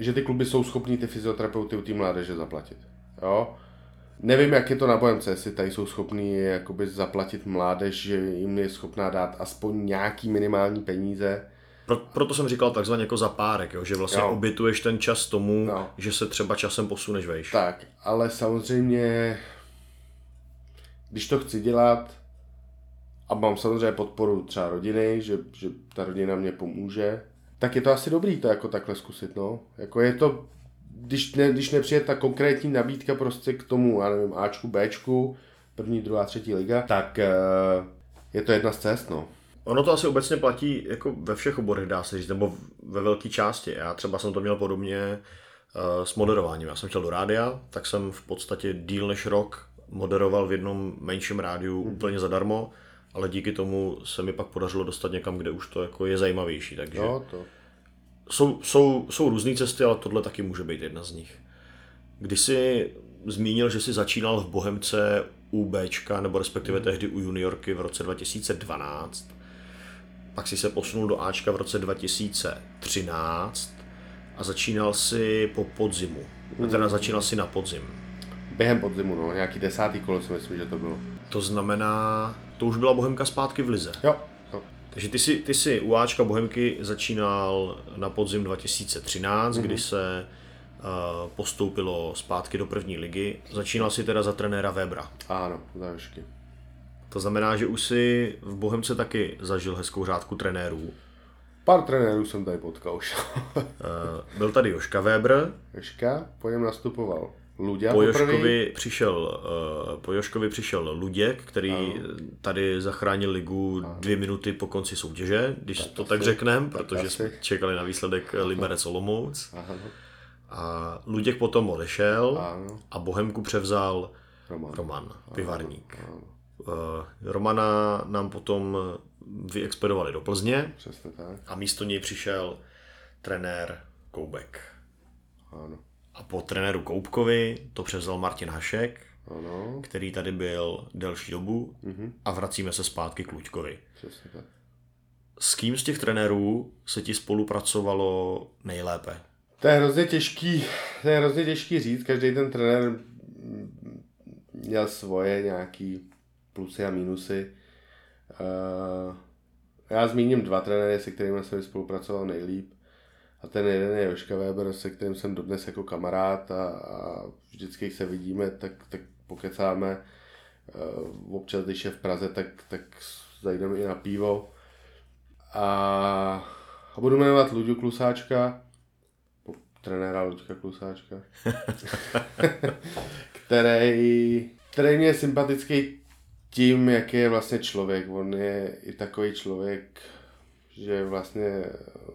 že ty kluby jsou schopní ty fyzioterapeuty u té mládeže zaplatit. Jo? Nevím, jak je to na Bohemce, jestli tady jsou schopní jakoby zaplatit mládež, že jim je schopná dát aspoň nějaký minimální peníze. Pro, proto jsem říkal takzvaně jako za párek, jo? Že vlastně jo. obětuješ ten čas tomu, no. že se třeba časem posuneš vejš. Tak, ale samozřejmě, když to chci dělat a mám samozřejmě podporu třeba rodiny, že, že ta rodina mě pomůže, tak je to asi dobrý to jako takhle zkusit, no. Jako je to, když, ne, když nepřijde ta konkrétní nabídka prostě k tomu, já nevím, Ačku, Bčku, první, druhá, třetí liga, tak je to jedna z cest, no. Ono to asi obecně platí jako ve všech oborech, dá se říct, nebo ve velké části. Já třeba jsem to měl podobně uh, s moderováním. Já jsem chtěl do rádia, tak jsem v podstatě díl než rok moderoval v jednom menším rádiu mm. úplně zadarmo, ale díky tomu se mi pak podařilo dostat někam, kde už to jako je zajímavější. Takže no, to. Jsou, jsou, jsou různé cesty, ale tohle taky může být jedna z nich. Když jsi zmínil, že jsi začínal v Bohemce u Bčka, nebo respektive mm. tehdy u juniorky v roce dva tisíce dvanáct, pak si se posunul do Ačka v roce dva tisíce třináct a začínal si po podzimu. Mm. Teda začínal si na podzim. Během podzimu, no, nějaký desátý kolo si myslím, že to bylo. To znamená, to už byla Bohemka zpátky v lize. Jo. jo. Takže ty jsi, ty jsi u Ačka Bohemky začínal na podzim dva tisíce třináct, mm. kdy se uh, postoupilo zpátky do první ligy. Začínal si teda za trenéra Webera. Ano, za Jošky. To znamená, že už si v Bohemce taky zažil hezkou řádku trenérů. Pár trenérů jsem tady potkal už. Byl tady Joška Weber. Joška, po něm nastupoval Luďa po Joškovi přišel, po Joškovi přišel Luděk, který ano. tady zachránil ligu ano. dvě minuty po konci soutěže, když tak to asi, tak řekneme, protože tak jsme čekali na výsledek Liberec Olomouc. Ano. A Luděk potom odešel ano. a Bohemku převzal Roman, Roman Pivarník. Ano. Ano. Romana nám potom vyexpedovali do Plzně. Přesně tak. A místo něj přišel trenér Koubek. Ano. A po trenéru Koubkovi to převzal Martin Hašek, ano. který tady byl delší dobu uh-huh. a vracíme se zpátky k Luďkovi. Přesně tak. S kým z těch trenérů se ti spolupracovalo nejlépe? To je hrozně těžký, to je hrozně těžký říct, každý ten trenér měl svoje nějaký plusy a minusy. Uh, já zmíním dva trenéry, se kterými jsem spolupracoval nejlíp. A ten jeden je Joška Weber, se kterým jsem dodnes jako kamarád a, a vždycky, když se vidíme, tak, tak pokecáme. Uh, občas, když je v Praze, tak, tak zajdeme i na pivo. A, a budu jmenovat Luďu Klusáčka, trenéra Luďka Klusáčka, který, který mě je sympatický tím, jaký je vlastně člověk. On je i takový člověk, že vlastně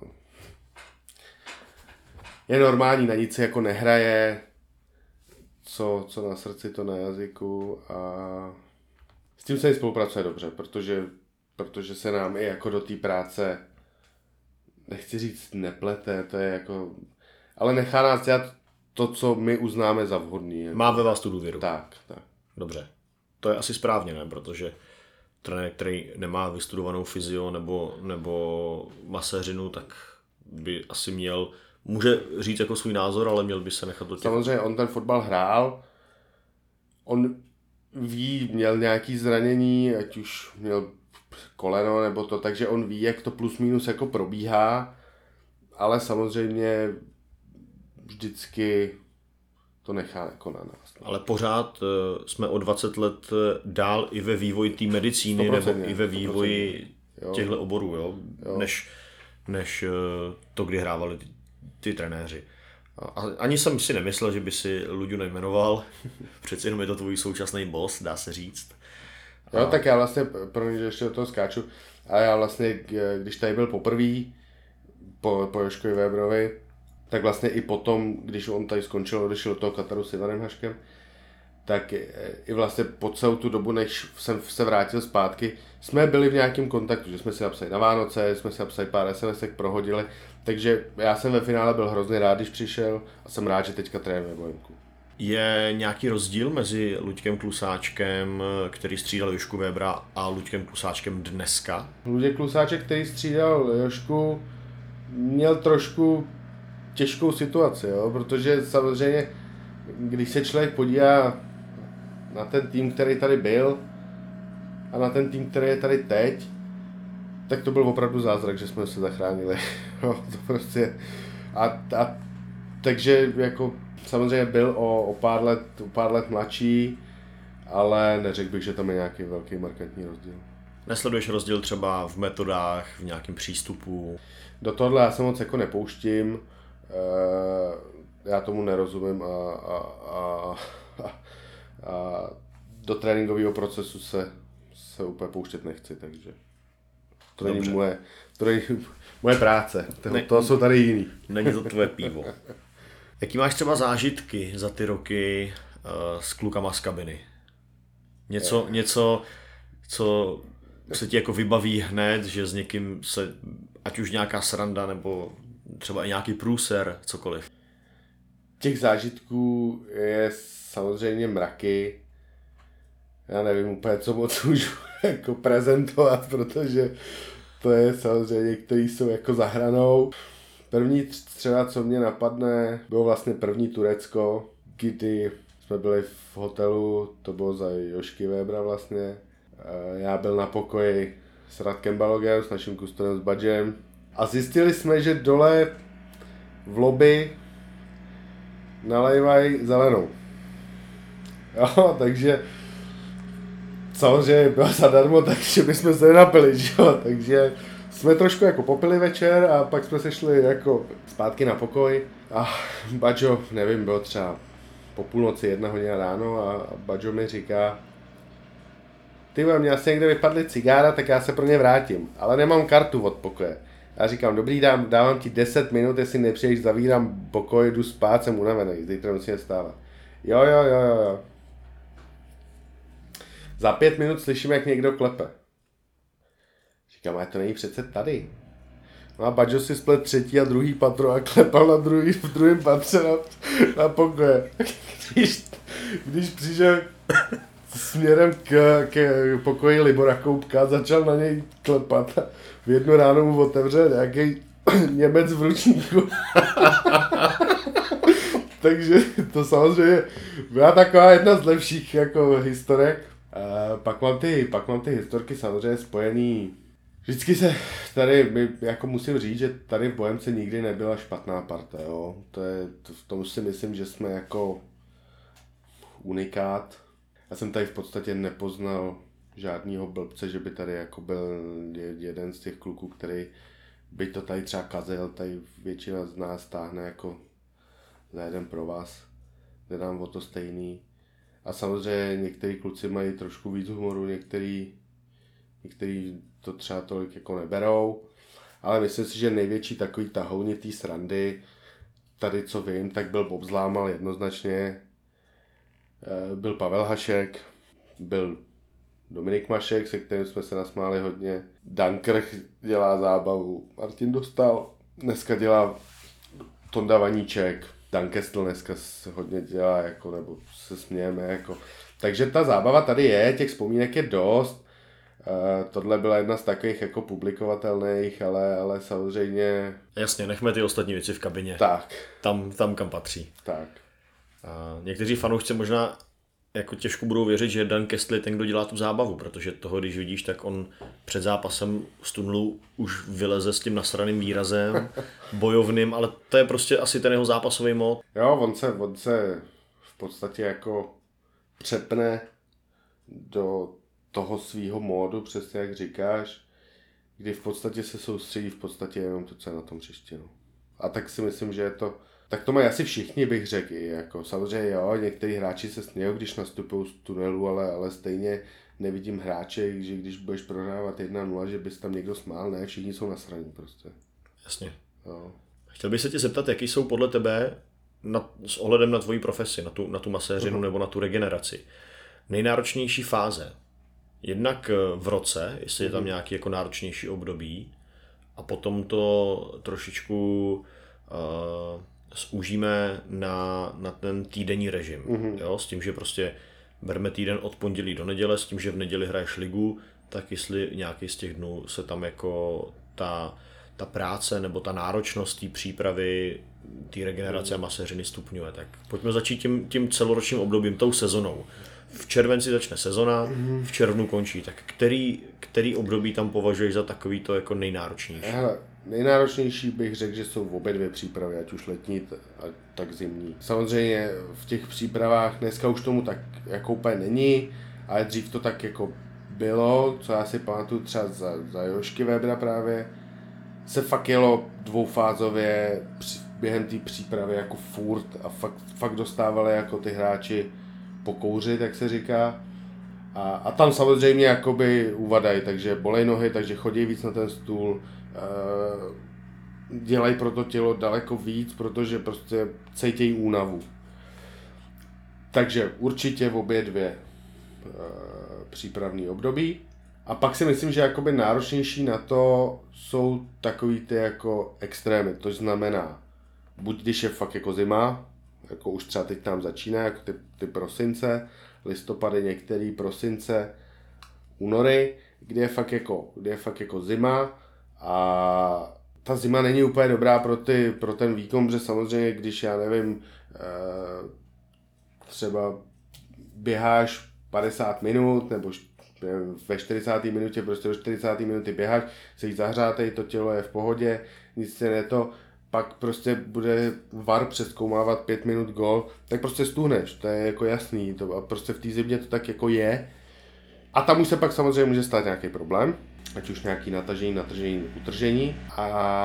je normální, na nic jako nehraje, co, co na srdci, to na jazyku a s tím se spolupracuje dobře, protože, protože se nám i jako do té práce, nechci říct neplete, to je jako, ale nechá nás dělat to, co my uznáme za vhodný. Jako. Má ve vás tu důvěru. Tak, tak. Dobře. To je asi správně, ne? Protože trenér, který nemá vystudovanou fyzio nebo, nebo maséřinu, tak by asi měl, může říct jako svůj názor, ale měl by se nechat do těch... Samozřejmě on ten fotbal hrál, on ví, měl nějaký zranění, ať už měl koleno nebo to, takže on ví, jak to plus minus jako probíhá, ale samozřejmě vždycky to nechá jako na nás. Ale pořád uh, jsme o dvacet let dál i ve vývoji té medicíny sto procent nebo i ve vývoji těchto oborů, jo? Jo. Než, než uh, to, kdy hrávali ty, ty trenéři. A ani jsem si nemyslel, že by si Luďu nejmenoval, přeci jenom je to tvůj současný boss, dá se říct. Jo, tak já vlastně, pro mě, že ještě do toho skáču, a já vlastně, když tady byl poprvé po, po Joškovi Weberovi, tak vlastně i potom, když on tady skončil, odešel do toho Kataru s Ivanem Haškem, tak i vlastně po celou tu dobu, než jsem se vrátil zpátky, jsme byli v nějakém kontaktu, že jsme si napsali na Vánoce, jsme si napsali pár SMSek, prohodili, takže já jsem ve finále byl hrozně rád, když přišel a jsem rád, že teďka trénuje Bohemku. Je nějaký rozdíl mezi Luďkem Klusáčkem, který střídal Jošku Webera, a Luďkem Klusáčkem dneska? Luděk Klusáček, který střídal Jošku, měl trošku těžkou situaci, jo? Protože samozřejmě, když se člověk podívá na ten tým, který tady byl a na ten tým, který je tady teď, tak to byl opravdu zázrak, že jsme se zachránili. Jo, to prostě. A, a takže jako samozřejmě byl o, o, pár let, o pár let mladší, ale neřekl bych, že tam je nějaký velký markantní rozdíl. Nesleduješ rozdíl třeba v metodách, v nějakém přístupu? Do tohohle já se moc jako nepouštím, e, já tomu nerozumím a, a, a, a, a do tréninkového procesu se, se úplně pouštět nechci, takže to není moje, to není moje práce, to, ne, to jsou tady jiný. Není to tvoje pivo. Jaký máš třeba zážitky za ty roky uh, s klukama z kabiny? Něco, je. něco, co se ti jako vybaví hned, že s někým se, ať už nějaká sranda, nebo třeba i nějaký průser, cokoliv. Těch zážitků je samozřejmě mraky. Já nevím úplně, co moc můžu jako prezentovat, protože to je samozřejmě, který jsou jako za hranou. První třeba, co mě napadne, bylo vlastně první Turecko, kdy jsme byli v hotelu, to bylo za Jošky Webera vlastně. Já byl na pokoji s Radkem Balogem, s naším kustodem s Badžem a zjistili jsme, že dole v lobby nalejvají zelenou. Jo, takže samozřejmě byla zadarmo, takže bychom se nenapili, že jo, takže jsme trošku jako popili večer a pak jsme se šli jako zpátky na pokoj a Badžo, nevím, bylo třeba po půlnoci, jedna hodina ráno a Badžo mi říká: ty vole, mě asi někde vypadly cigára, tak já se pro ně vrátím, ale nemám kartu od pokoje. Já říkám: dobrý, dám, dávám ti deset minut, jestli nepřijdeš, zavírám pokoj, jdu spát, jsem unavený, zítra musím vstávat. Jo, jo, jo, jo, jo. Za pět minut slyším, jak někdo klepe. Říkám: ale to není přece tady. No a Badžo si splet třetí a druhý patro a klepal na druhý, v druhém patře na, na pokoje. Když, když přišel směrem k, k pokoji Libora Koupka, začal na něj klepat a v jednu ráno mu otevřel nějaký Němec v ručníku. Takže to samozřejmě byla taková jedna z lepších jako historek. A pak mám ty, pak mám ty historky samozřejmě spojený. Vždycky se tady, my, jako musím říct, že tady v Bohemce nikdy nebyla špatná parta, jo. To je, to, v tom si myslím, že jsme jako unikát. Já jsem tady v podstatě nepoznal žádnýho blbce, že by tady jako byl jeden z těch kluků, který by to tady třeba kazil, tady většina z nás táhne jako za jeden pro vás. Nedám o to stejný. A samozřejmě některý kluci mají trošku víc humoru, některý, některý to třeba tolik jako neberou. Ale myslím si, že největší takový tahouni té srandy, tady co vím, tak byl Bob Zlámal jednoznačně. Byl Pavel Hašek, byl Dominik Mašek, se kterým jsme se nasmáli hodně. Dan Krch dělá zábavu, Martin Dostal dneska dělá Tonda Vaníček, Dan Kestl dneska se hodně dělá, jako, nebo se smějeme. Jako. Takže ta zábava tady je, těch vzpomínek je dost. Uh, tohle byla jedna z takových jako publikovatelných, ale, ale samozřejmě... Jasně, nechme ty ostatní věci v kabině. Tak. Tam, tam kam patří. Tak. A někteří fanoušci možná jako těžko budou věřit, že Dan Kestl je ten, kdo dělá tu zábavu, protože toho, když vidíš, tak on před zápasem z tunelu už vyleze s tím nasraným výrazem, bojovným, ale to je prostě asi ten jeho zápasový mod. Jo, on se, on se v podstatě jako přepne do toho svýho módu, přesně jak říkáš, kdy v podstatě se soustředí v podstatě jenom to, co je na tom hřišti. No. A tak si myslím, že je to, tak to mají asi všichni, bych řekl. Jako, samozřejmě jo, některý hráči se smějou, když nastupují z tunelu, ale, ale stejně nevidím hráče, že když budeš prohrávat jedna nula, že bys tam někdo smál, ne, všichni jsou nasraní prostě. Jasně. Jo. Chtěl bych se tě zeptat, jaký jsou podle tebe na, s ohledem na tvoji profesi, na tu, na tu maséřinu uh-huh. nebo na tu regeneraci, nejnáročnější fáze? Jednak v roce, jestli je tam nějaký jako náročnější období, a potom to trošičku uh, zúžíme na, na ten týdenní režim. Mm-hmm. Jo? S tím, že prostě bereme týden od pondělí do neděle, s tím, že v neděli hraješ ligu, tak jestli nějaký z těch dnů se tam jako ta, ta práce nebo ta náročnost té přípravy, té regenerace a maseřiny stupňuje. Tak pojďme začít tím, tím celoročním obdobím, tou sezonou. V červenci začne sezona, v červnu končí. Tak který, který období tam považuješ za takový to jako nejnáročnější? Hele, nejnáročnější bych řekl, že jsou obě dvě přípravy, ať už letní, tak zimní. Samozřejmě v těch přípravách dneska už tomu tak jako úplně není, ale dřív to tak jako bylo, co já si pamatuju třeba za, za Jošky Webera právě, se fakt jelo dvoufázově během té přípravy jako furt a fakt, fakt dostávali jako ty hráči po kouři, tak se říká. A, a tam samozřejmě jakoby uvadají, takže bolej nohy, takže chodí víc na ten stůl, dělají pro to tělo daleko víc, protože prostě cítějí únavu. Takže určitě v obě dvě přípravné období. A pak si myslím, že jakoby náročnější na to jsou takový ty jako extrémy, to znamená, buď když je fakt jako zima, jako už třeba teď tam začíná, jako ty, ty prosince, listopady, některý prosince, únory, kdy je fakt jako, kdy je fakt jako zima a ta zima není úplně dobrá pro, ty, pro ten výkon, protože samozřejmě, když já nevím, třeba běháš padesát minut, nebo ve čtyřicáté minutě, prostě do čtyřicáté minuty běháš, jsi zahřátej, to tělo je v pohodě, nic se ne to, pak prostě bude V A R přezkoumávat pět minut gól, tak prostě stuhneš, to je jako jasný, to, a prostě v té zimě to tak jako je. A tam už se pak samozřejmě může stát nějaký problém, ať už nějaký natažení, natržení, utržení. A,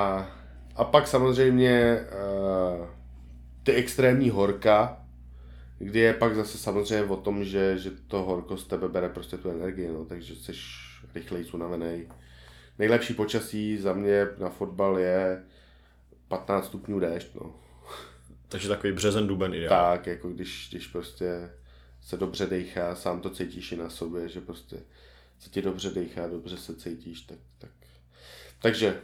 a pak samozřejmě uh, ty extrémní horka, kdy je pak zase samozřejmě o tom, že, že to horko z tebe bere prostě tu energii, no, takže jsi rychleji unavený. Nejlepší počasí za mě na fotbal je patnáct stupňů déšť, no. Takže takový březen, duben ideál. Tak, jako když, když prostě se dobře dejchá, sám to cítíš i na sobě, že prostě se ti dobře dejchá, dobře se cítíš, tak, tak. Takže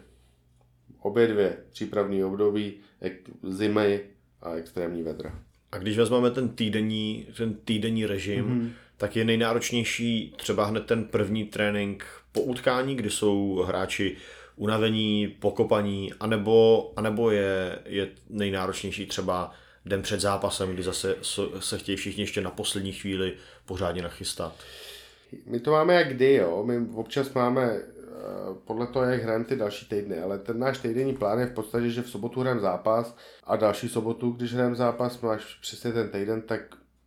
obě dvě přípravné období, zimy a extrémní vedra. A když vezmeme ten týdenní, ten týdenní režim, mm-hmm. tak je nejnáročnější třeba hned ten první trénink po utkání, kdy jsou hráči unavení, pokopaní, anebo, anebo je, je nejnáročnější třeba den před zápasem, kdy zase se chtějí všichni ještě na poslední chvíli pořádně nachystat. My to máme jak kdy, jo. My občas máme podle toho, jak hrajeme ty další týdny, ale ten náš týdenní plán je v podstatě, že v sobotu hrajeme zápas a další sobotu, když hrajeme zápas, máš přesně ten týden, tak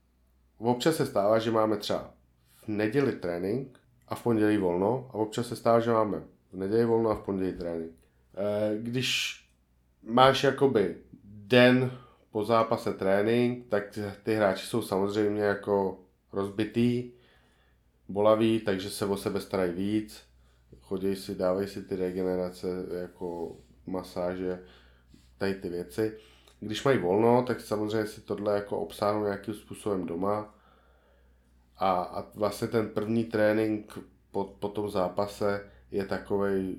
občas se stává, že máme třeba v neděli trénink a v pondělí volno a občas se stává, že máme v neděli volno a v pondělí trénink. Když máš jakoby den po zápase trénink, tak ty hráči jsou samozřejmě jako rozbitý, bolaví, takže se o sebe starají víc. Chodí si, dávají si ty regenerace, jako masáže, tady ty věci. Když mají volno, tak samozřejmě si tohle jako obsáhnou nějakým způsobem doma. A, a vlastně ten první trénink po, po tom zápase je takovej,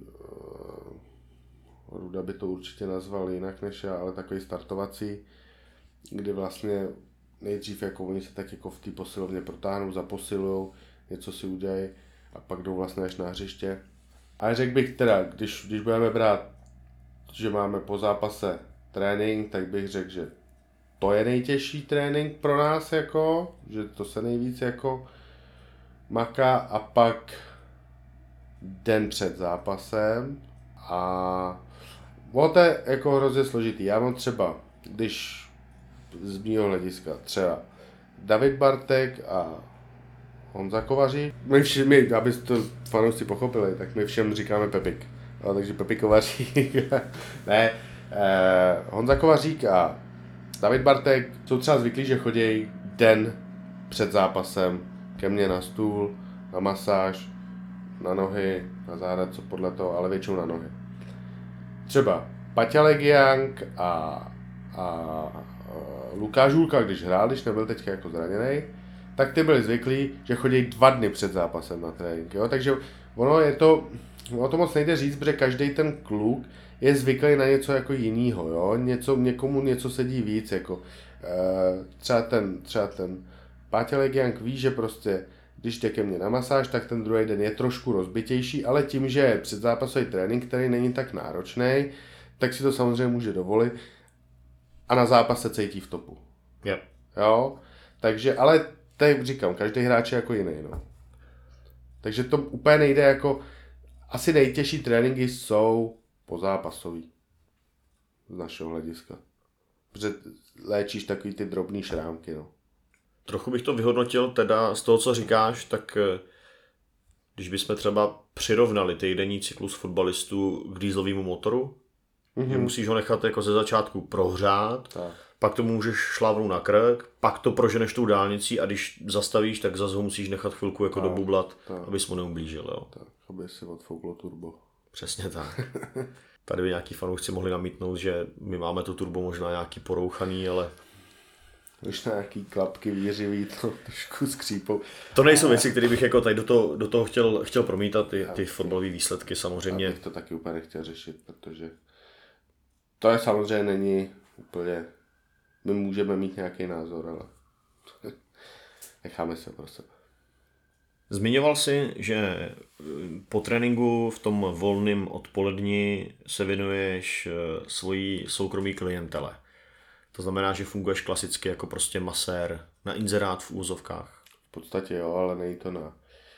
uh, Ruda by to určitě nazval jinak než já, ale takový startovací, kdy vlastně nejdřív jako oni se tak jako v té posilovně protáhnou, zaposilujou, něco si udělají a pak jdou vlastně až na hřiště. Ale řekl bych teda, když, když budeme brát, že máme po zápase trénink, tak bych řekl, že to je nejtěžší trénink pro nás, jako, že to se nejvíc jako maká a pak den před zápasem a to je jako hrozně složitý. Já mám třeba, když z mýho hlediska třeba David Bartek a Honza Kovařík. My všemi, aby to fanoušci pochopili, tak my všem říkáme Pepik. No, takže Pepik Kovařík. ne, eh, Honza Kovařík a David Bartek jsou třeba zvyklí, že chodí den před zápasem ke mně na stůl, na masáž, na nohy, na záda, co podle toho, ale většinou na nohy. Třeba Paťa Legiang a, a, a Lukáš Žulka, když hrál, když nebyl teďka jako zraněný, tak ty byli zvyklí, že chodí dva dny před zápasem na trénink, jo? Takže ono je to, ono to moc nejde říct, protože každý ten kluk je zvyklý na něco jako jinýho, jo? Něco, někomu něco sedí víc, jako e, třeba ten, třeba ten Páťa Legiang ví, že prostě když jde ke mně na masáž, tak ten druhý den je trošku rozbitější, ale tím, že je předzápasový trénink, který není tak náročný, tak si to samozřejmě může dovolit a na zápas se cítí v topu. Yep. Jo, takže, ale tak říkám, každý hráč je jako jiný, no. Takže to úplně nejde jako, asi nejtěžší tréninky jsou pozápasový. Z našeho hlediska. Protože léčíš takový ty drobný šrámky, no. Trochu bych to vyhodnotil teda z toho, co říkáš, tak když bychom třeba přirovnali týdenní cyklus fotbalistů k dieselovému motoru, mm-hmm. že musíš ho nechat jako ze začátku prohřát, tak. Pak to můžeš šlápnout na krk, pak to proženeš tou dálnicí a když zastavíš, tak zase ho musíš nechat chvilku jako tak, dobublat, tak. Abys mu neublížil. Jo. Tak, aby si odfouklo turbo. Přesně tak. Tady by nějaký fanoušci mohli namítnout, že my máme to turbo možná nějaký porouchaný, ale... Už nějaký klapky výřivý, to trošku skřípou. To nejsou věci, které bych jako tady do toho, do toho chtěl, chtěl promítat, ty, ty fotbalové výsledky samozřejmě. Já bych to taky úplně nechtěl řešit, protože to je samozřejmě není úplně... My můžeme mít nějaký názor, ale necháme se pro sebe. Zmiňoval jsi, že po tréninku v tom volném odpoledni se věnuješ svojí soukromý klientele. To znamená, že funguješ klasicky jako prostě masér na inzerát v úzovkách. V podstatě jo, ale není to na...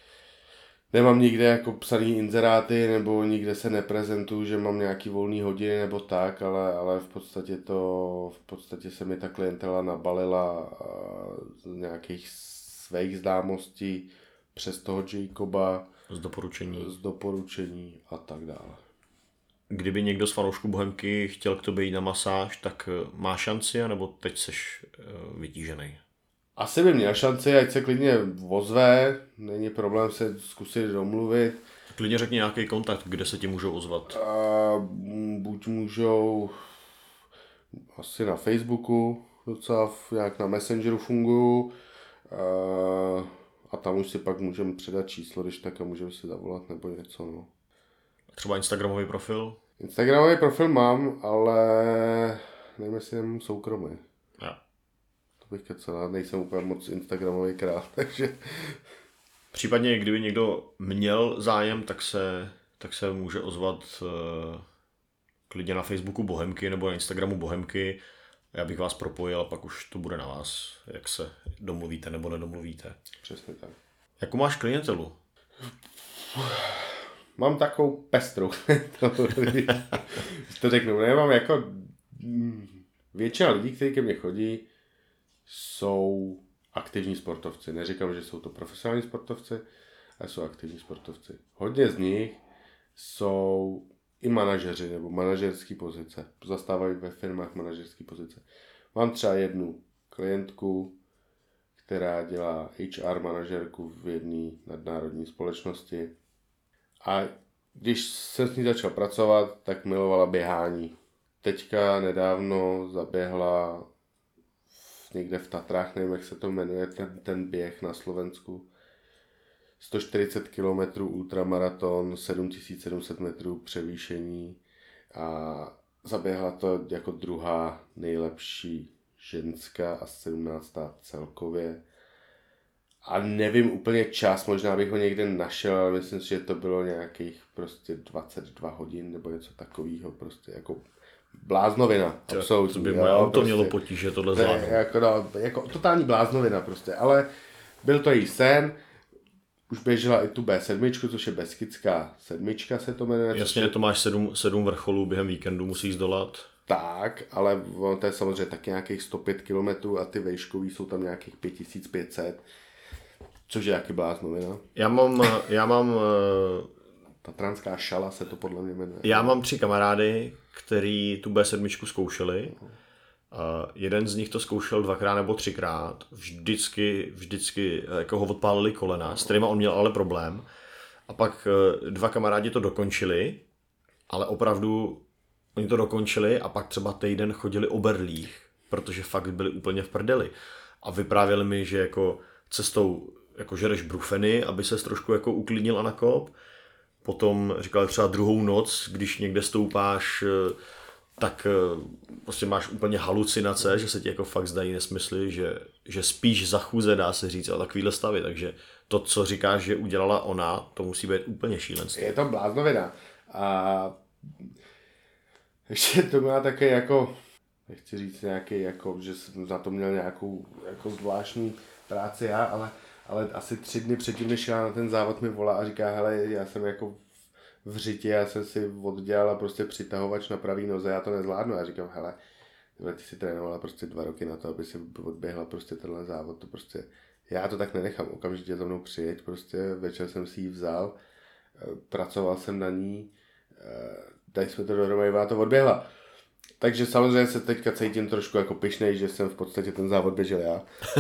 Nemám nikde jako psaný inzeráty, nebo nikde se neprezentuju, že mám nějaký volný hodiny nebo tak, ale, ale v podstatě to, v podstatě se mi ta klientela nabalila z nějakých svých známostí přes toho Jacoba. Z doporučení. Z doporučení a tak dále. Kdyby někdo z fanoušků Bohemky chtěl k tobě jít na masáž, tak má šanci, anebo teď seš vytížený? Asi by měl šanci, ať se klidně ozve, není problém se zkusit domluvit. Klidně řekni nějaký kontakt, kde se ti můžou ozvat. A buď můžou asi na Facebooku, docela nějak na Messengeru fungují. A, a tam už si pak můžeme předat číslo, když tak a můžeme si zavolat nebo něco. No. Třeba Instagramový profil? Instagramový profil mám, ale nevím, jestli nemám soukromý. Ja. To bych kecel, nejsem úplně moc Instagramový král, takže... Případně, kdyby někdo měl zájem, tak se, tak se může ozvat uh, klidně na Facebooku Bohemky nebo na Instagramu Bohemky. Já bych vás propojil a pak už to bude na vás, jak se domluvíte nebo nedomluvíte. Přesně tak. Jakou máš klientelu? Mám takovou pestrou. to řeknu, ne, mám jako... Většina lidí, kteří ke mně chodí, jsou aktivní sportovci. Neříkám, že jsou to profesionální sportovci, ale jsou aktivní sportovci. Hodně z nich jsou i manažeři nebo manažerské pozice. Zastávají ve firmách manažerské pozice. Mám třeba jednu klientku, která dělá H R manažerku v jedné nadnárodní společnosti. A když jsem s ní začal pracovat, tak milovala běhání. Teďka nedávno zaběhla někde v Tatrách, nevím, jak se to jmenuje, ten, ten běh na Slovensku. sto čtyřicet kilometrů ultramaraton, sedm tisíc sedm set metrů převýšení a zaběhla to jako druhá nejlepší ženská a sedmnáctá celkově. A nevím úplně čas, možná bych ho někde našel, ale myslím si, že to bylo nějakých prostě dvacet dva hodin nebo něco takového, prostě jako bláznovina, absolutně. To by moje auto prostě mělo potíže tohle zvládnout. Jako, no, jako totální bláznovina prostě, ale byl to její sen, už běžela i tu bé sedm, což je Beskidská sedmička se to jmenuje. Jasně, je... to máš sedm, sedm vrcholů během víkendu, musíš zdolat. Tak, ale to je samozřejmě taky nějakých sto pět kilometrů a ty vejškový jsou tam nějakých pět tisíc pět set, což je jaký bláznovina. Já mám, já mám Tatranská šala se to podle mě jmenuje. Já mám tři kamarády, který tu bé sedm zkoušeli. Uh, jeden z nich to zkoušel dvakrát nebo třikrát. Vždycky, vždycky jako ho odpálili kolena, s kterýma on měl ale problém. A pak uh, dva kamarádi to dokončili, ale opravdu oni to dokončili a pak třeba týden chodili o berlích, protože fakt byli úplně v prdeli. A vyprávěli mi, že jako cestou jako žereš brufeny, aby ses trošku jako uklidnil a nakop. Potom říkali třeba druhou noc, když někde stoupáš tak prostě máš úplně halucinace, že se ti jako fakt zdají nesmysly, že, že spíš za chůze, dá se říct, o takovýhle stavy, takže to, co říkáš, že udělala ona, to musí být úplně šílenství. Je to bláznovina. A ještě to má také jako, nechci říct nějaký, jako, že jsem za to měl nějakou jako zvláštní práci já, ale, ale asi tři dny předtím, než já na ten závod mi volá a říká, hele, já jsem jako v řitě, já jsem si oddělala prostě přitahovač na pravý noze, já to nezvládnu. Já říkám, hele, ty si trénovala prostě dva roky na to, aby si odběhla prostě tenhle závod, to prostě, já to tak nenechám, okamžitě za mnou přijeď, prostě večer jsem si ji vzal, pracoval jsem na ní, dali jsme to dohromady, ona to odběhla. Takže samozřejmě se teďka cítím trošku jako pyšnej, že jsem v podstatě ten závod běžel já.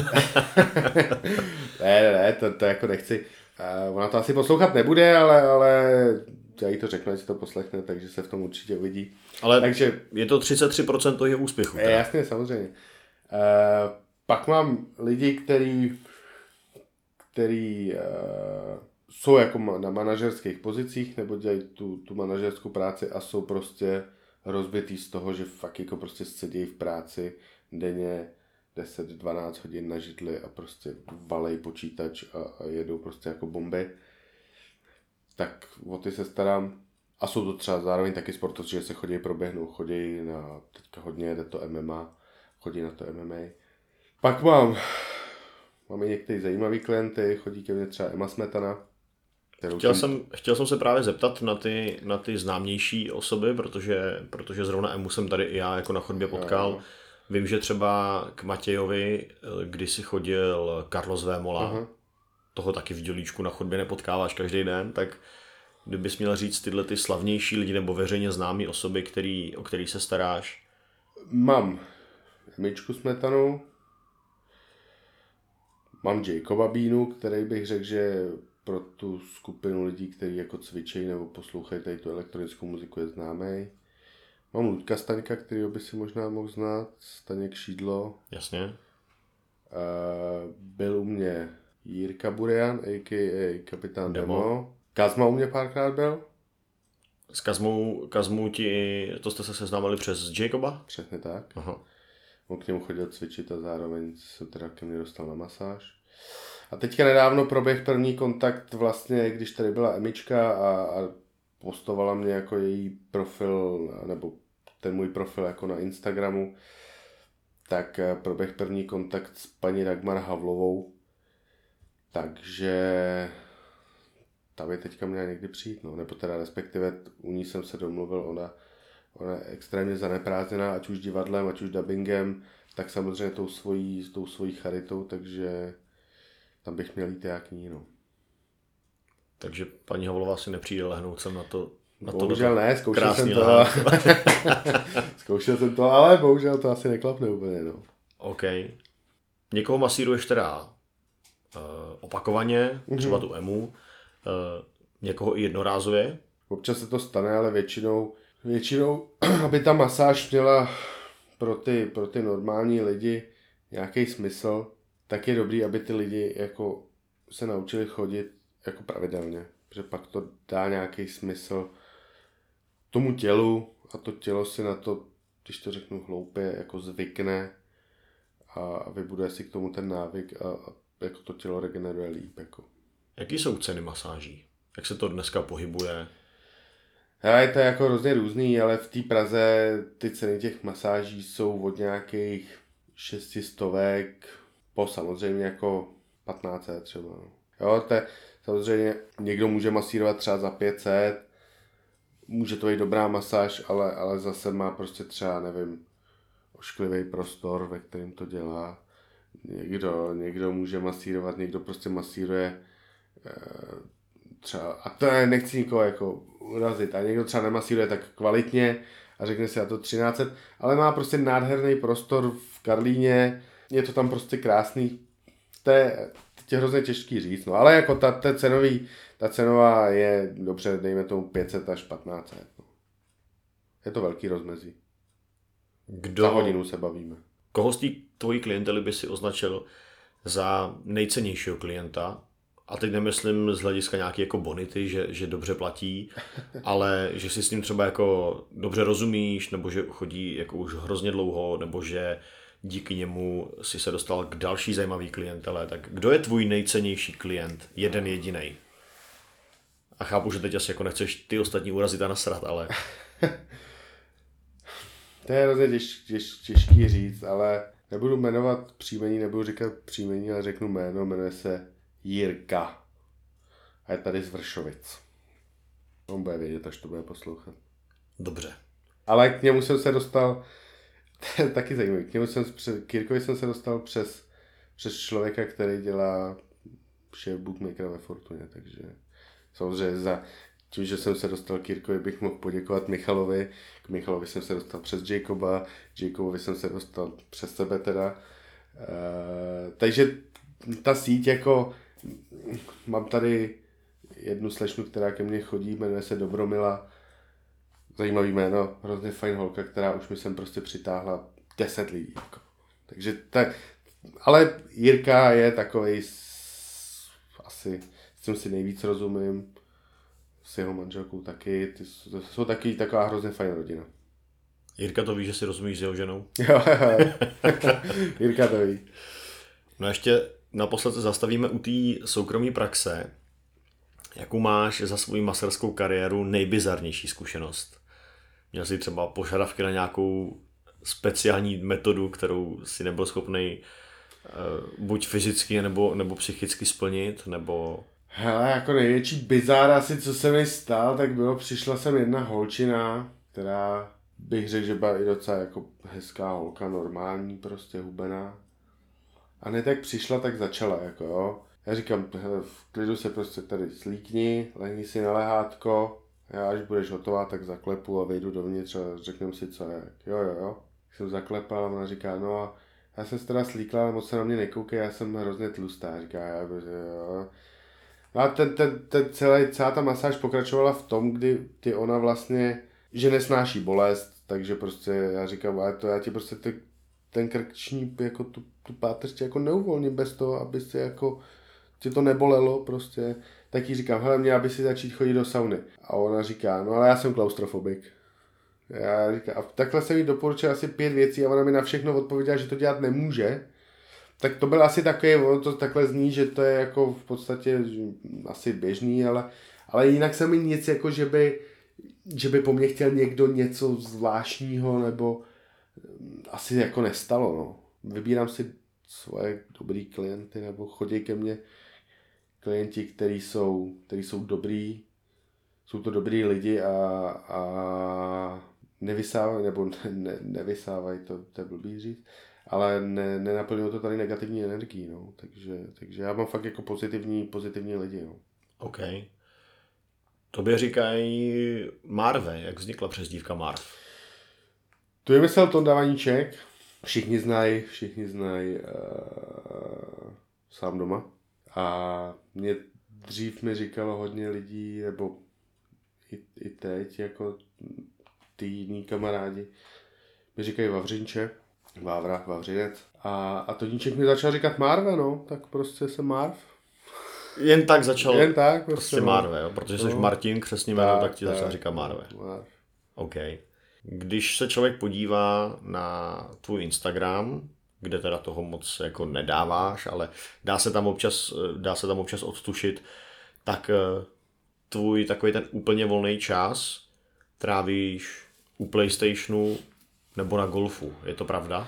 ne, ne, ne, to, to jako nechci. Uh, ona to asi poslouchat nebude, ale, ale já jí to řeknu, že si to poslechne, takže se v tom určitě uvidí. Ale takže, je to třicet tři procent toho úspěchu. Je, jasně, samozřejmě. Uh, pak mám lidi, který, který uh, jsou jako na manažerských pozicích, nebo dělají tu, tu manažerskou práci a jsou prostě rozbitý z toho, že fakt jako prostě sedí v práci denně deset dvanáct hodin na židli a prostě valej počítač a, a jedou prostě jako bomby. Tak o ty se starám. A jsou to třeba zároveň taky sportovci, že se chodí proběhnout, chodí na, teďka hodně jde to M M A, chodí na to M M A. Pak mám, mám i některé zajímavý klienty, chodí ke mně třeba Emma Smetana. Chtěl jsem, chtěl jsem se právě zeptat na ty, na ty známější osoby, protože, protože zrovna Emu jsem tady i já jako na chodbě potkal. No. Vím, že třeba k Matějovi, když si chodil Carlos Vémola, uh-huh. toho taky v dělíčku na chodbě nepotkáváš každý den, tak kdybys měl říct tyhle ty slavnější lidi nebo veřejně známé osoby, který, o který se staráš? Mám Emičku Smetanu, mám Jacoba Bínu, který bych řekl, že pro tu skupinu lidí, kteří jako cvičejí nebo poslouchají tady tu elektronickou muziku, je známý. Mám Luďka Staňka, kterýho by si možná mohl znát, Staněk Šídlo. Jasně. Uh, byl u mě Jirka Burian, a k a. Kapitán Demo. Demo. Kazma u mě párkrát byl. S Kazmou, Kazmou ti, to jste se seznámili přes Jacoba? Přesně tak. Aha. On k němu chodil cvičit a zároveň se teda ke mně dostal na masáž. A teďka nedávno proběh první kontakt vlastně, když tady byla Emička a, a postovala mě jako její profil, nebo ten můj profil jako na Instagramu, tak proběh první kontakt s paní Dagmar Havlovou, takže ta by teďka měla někdy přijít, no, nebo teda respektive u ní jsem se domluvil, ona, ona je extrémně zaneprázdněná, ať už divadlem, ať už dubbingem, tak samozřejmě tou svojí, tou svojí charitou, takže tam bych měl jít já k ní, no. Takže paní Havlová si nepřijde lehnout sem na to. Na bohužel to ne, zkoušel jsem to. zkoušel jsem to, ale bohužel to asi neklapne úplně, no. OK. Někoho masíruješ teda uh, opakovaně, mm-hmm. třeba tu Emu, uh, někoho i jednorázově? Občas se to stane, ale většinou, většinou, aby ta masáž měla pro ty, pro ty normální lidi nějaký smysl, tak je dobrý, aby ty lidi jako se naučili chodit jako pravidelně, protože pak to dá nějaký smysl tomu tělu a to tělo si na to, když to řeknu hloupě, jako zvykne a vybuduje si k tomu ten návyk a, a jako to tělo regeneruje líp. Jako. Jaký jsou ceny masáží? Jak se to dneska pohybuje? Hele, je to jako hrozně různý, ale v té Praze ty ceny těch masáží jsou od nějakých šestistovek po samozřejmě jako patnáct set třeba. Jo, to je, samozřejmě někdo může masírovat třeba za pět set, může to být dobrá masáž, ale, ale zase má prostě třeba, nevím, ošklivý prostor, ve kterém to dělá. Někdo, někdo může masírovat, někdo prostě masíruje e, třeba, a to ne, nechci nikoho jako urazit, a někdo třeba nemasíruje tak kvalitně a řekne si, a to třináct set, ale má prostě nádherný prostor v Karlíně, je to tam prostě krásný. To je, to je hrozně těžký říct, no, ale jako ta, ta, cenový, ta cenová je dobře, dejme tomu pět set až patnáct set. No. Je to velký rozmezí. Kdo, za hodinu se bavíme. Koho z té tvojí klientely by si označil za nejcennějšího klienta A teď nemyslím z hlediska nějaké jako bonity, že, že dobře platí, ale že si s ním třeba jako dobře rozumíš, nebo že chodí jako už hrozně dlouho, nebo že díky němu si se dostal k další zajímavý klientele. Tak kdo je tvůj nejcennější klient? Jeden jedinej. A chápu, že teď asi jako nechceš ty ostatní urazit a nasrat, ale... To je hrozně těž, těž, těžký říct, ale nebudu jmenovat příjmení, nebudu říkat příjmení, ale řeknu jméno, jmenuje se Jirka. A je tady z Vršovic. On bude vědět, až to bude poslouchat. Dobře. Ale k němu jsem se dostal, to je taky zajímavý, k němu jsem, k Jirkovi jsem se dostal přes, přes člověka, který dělá šéf bookmakera ve Fortuně, takže samozřejmě za tím, že jsem se dostal k Jirkovi, bych mohl poděkovat Michalovi. K Michalovi jsem se dostal přes Jacoba, Jacobovi jsem se dostal přes sebe teda. E, takže ta síť jako, mám tady jednu slečnu, která ke mně chodí, jmenuje se Dobromila. Zajímavý jméno, hrozně fajn holka, která už mi sem prostě přitáhla deset lidí. Jako. Takže tak, ale Jirka je takovej, asi s tím si nejvíc rozumím, s jeho manželkou taky, ty jsou, jsou taky taková hrozně fajn rodina. Jirka to ví, že si rozumíš s jeho ženou? Jo, Jirka to ví. No ještě naposled se zastavíme u té soukromé praxe. Jakou máš za svou maserskou kariéru nejbizarnější zkušenost? Měl jsi třeba požadavky na nějakou speciální metodu, kterou si nebyl schopný uh, buď fyzicky nebo, nebo psychicky splnit, nebo... Hele, jako největší bizár asi, co se mi stal, tak bylo, přišla sem jedna holčina, která bych řekl, že byla i docela jako hezká holka, normální, prostě hubená. A ne tak přišla, tak začala, jako jo. Já říkám, hele, v klidu se prostě tady slíkni, lehni si na lehátko, já až budeš hotová, tak zaklepu a vejdu dovnitř a řekneme si, co je. Jo, jo, jo. Jsem zaklepal a ona říká, no a já jsem se teda slíkla, ale moc se na mě nekoukej, já jsem hrozně tlustá. Říká, já, jo. No a ten, ten, ten celý, celá ta masáž pokračovala v tom, kdy ty ona vlastně, že nesnáší bolest, takže prostě já říkám, ale to já ti prostě ty, ten krční, jako tu, tu páteř tě jako neuvolním bez toho, aby si jako tě to nebolelo prostě, tak jí říkám, hele, mě, aby si začít chodit do sauny. A ona říká, no ale já jsem klaustrofobik. Já říkám, a takhle jsem jí doporučil asi pět věcí a ona mi na všechno odpověděla, že to dělat nemůže. Tak to byl asi takový, ono to takhle zní, že to je jako v podstatě asi běžný, ale, ale jinak se mi nic jako, že by, že by po mně chtěl někdo něco zvláštního, nebo asi jako nestalo, no. Vybírám si svoje dobrý klienty, nebo chodí ke mně klienti, kteří jsou, který jsou dobrý, jsou to dobrý lidi a, a nevysávají, nebo ne, ne, nevysávají, to, to je blbý říct, ale ne, nenaplňují to tady negativní energii, no. Takže, takže já mám fakt jako pozitivní, pozitivní lidi, no. OK. Tobě říkají Marve, jak vznikla přezdívka Marv? To je vymyslel Tonda Vaníček, všichni znají, všichni znají uh, Sám doma. A mě dřív mi říkalo hodně lidí, nebo i, i teď, jako ty jiný kamarádi, mi říkají Vavřinče, Vávra, Vavřinec. A, a Toníček mi začal říkat Marve, no, tak prostě jsem Marv. Jen tak začal Jen tak, prostě, prostě Marve, jo? Protože jsi no. Martin, křestní jméno, tak ti začal říkat Marve. Marv. OK. Když se člověk podívá na tvůj Instagram, kde teda toho moc jako nedáváš, ale dá se tam občas, dá se tam občas odtušit, tak tvůj takový ten úplně volný čas trávíš u PlayStationu nebo na golfu. Je to pravda?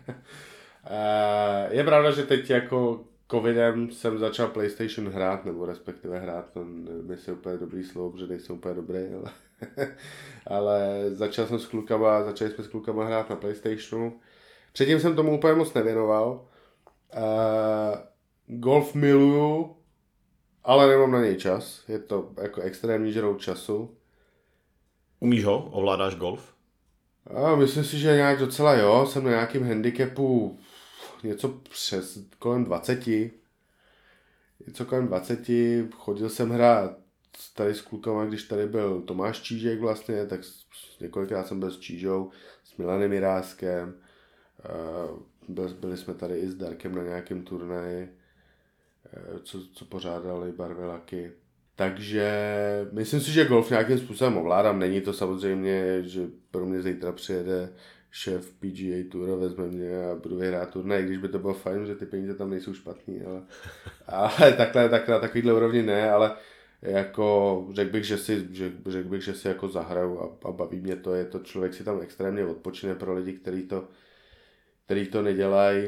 Je pravda, že teď jako covidem jsem začal PlayStation hrát, nebo respektive hrát, to nevím, jestli je úplně dobrý slovo, protože nejsem úplně dobrý, ale, ale začal jsem s klukama, začali jsme s klukama hrát na PlayStationu. Předtím jsem tomu úplně moc nevěnoval. Uh, golf miluju, ale nemám na něj čas. Je to jako extrémní žrout času. Umíš ho? Ovládáš golf? A myslím si, že nějak docela jo. Jsem na nějakém handicapu něco přes kolem dvaceti. Něco kolem dvaceti. Chodil jsem hrát tady s klukama, když tady byl Tomáš Čížek vlastně, tak několikrát jsem byl s Čížou, s Milanem Jiráskem. Byli jsme tady i s Darkem na nějakém turnaji. co, co pořádali Barvelaky. Takže myslím si, že golf nějakým způsobem ovládám. Není to samozřejmě, že pro mě zítra přijede šéf P G A Tour a vezme mě a budu vyhrát turnaj, když by to bylo fajn, že ty peníze tam nejsou špatný, ale, ale takhle, takhle, takovýhle úrovni ne, ale jako řekl bych, že si, řek, řekl bych, že si jako zahraju a, a baví mě to, je to člověk si tam extrémně odpočine pro lidi, kteří to, který to nedělají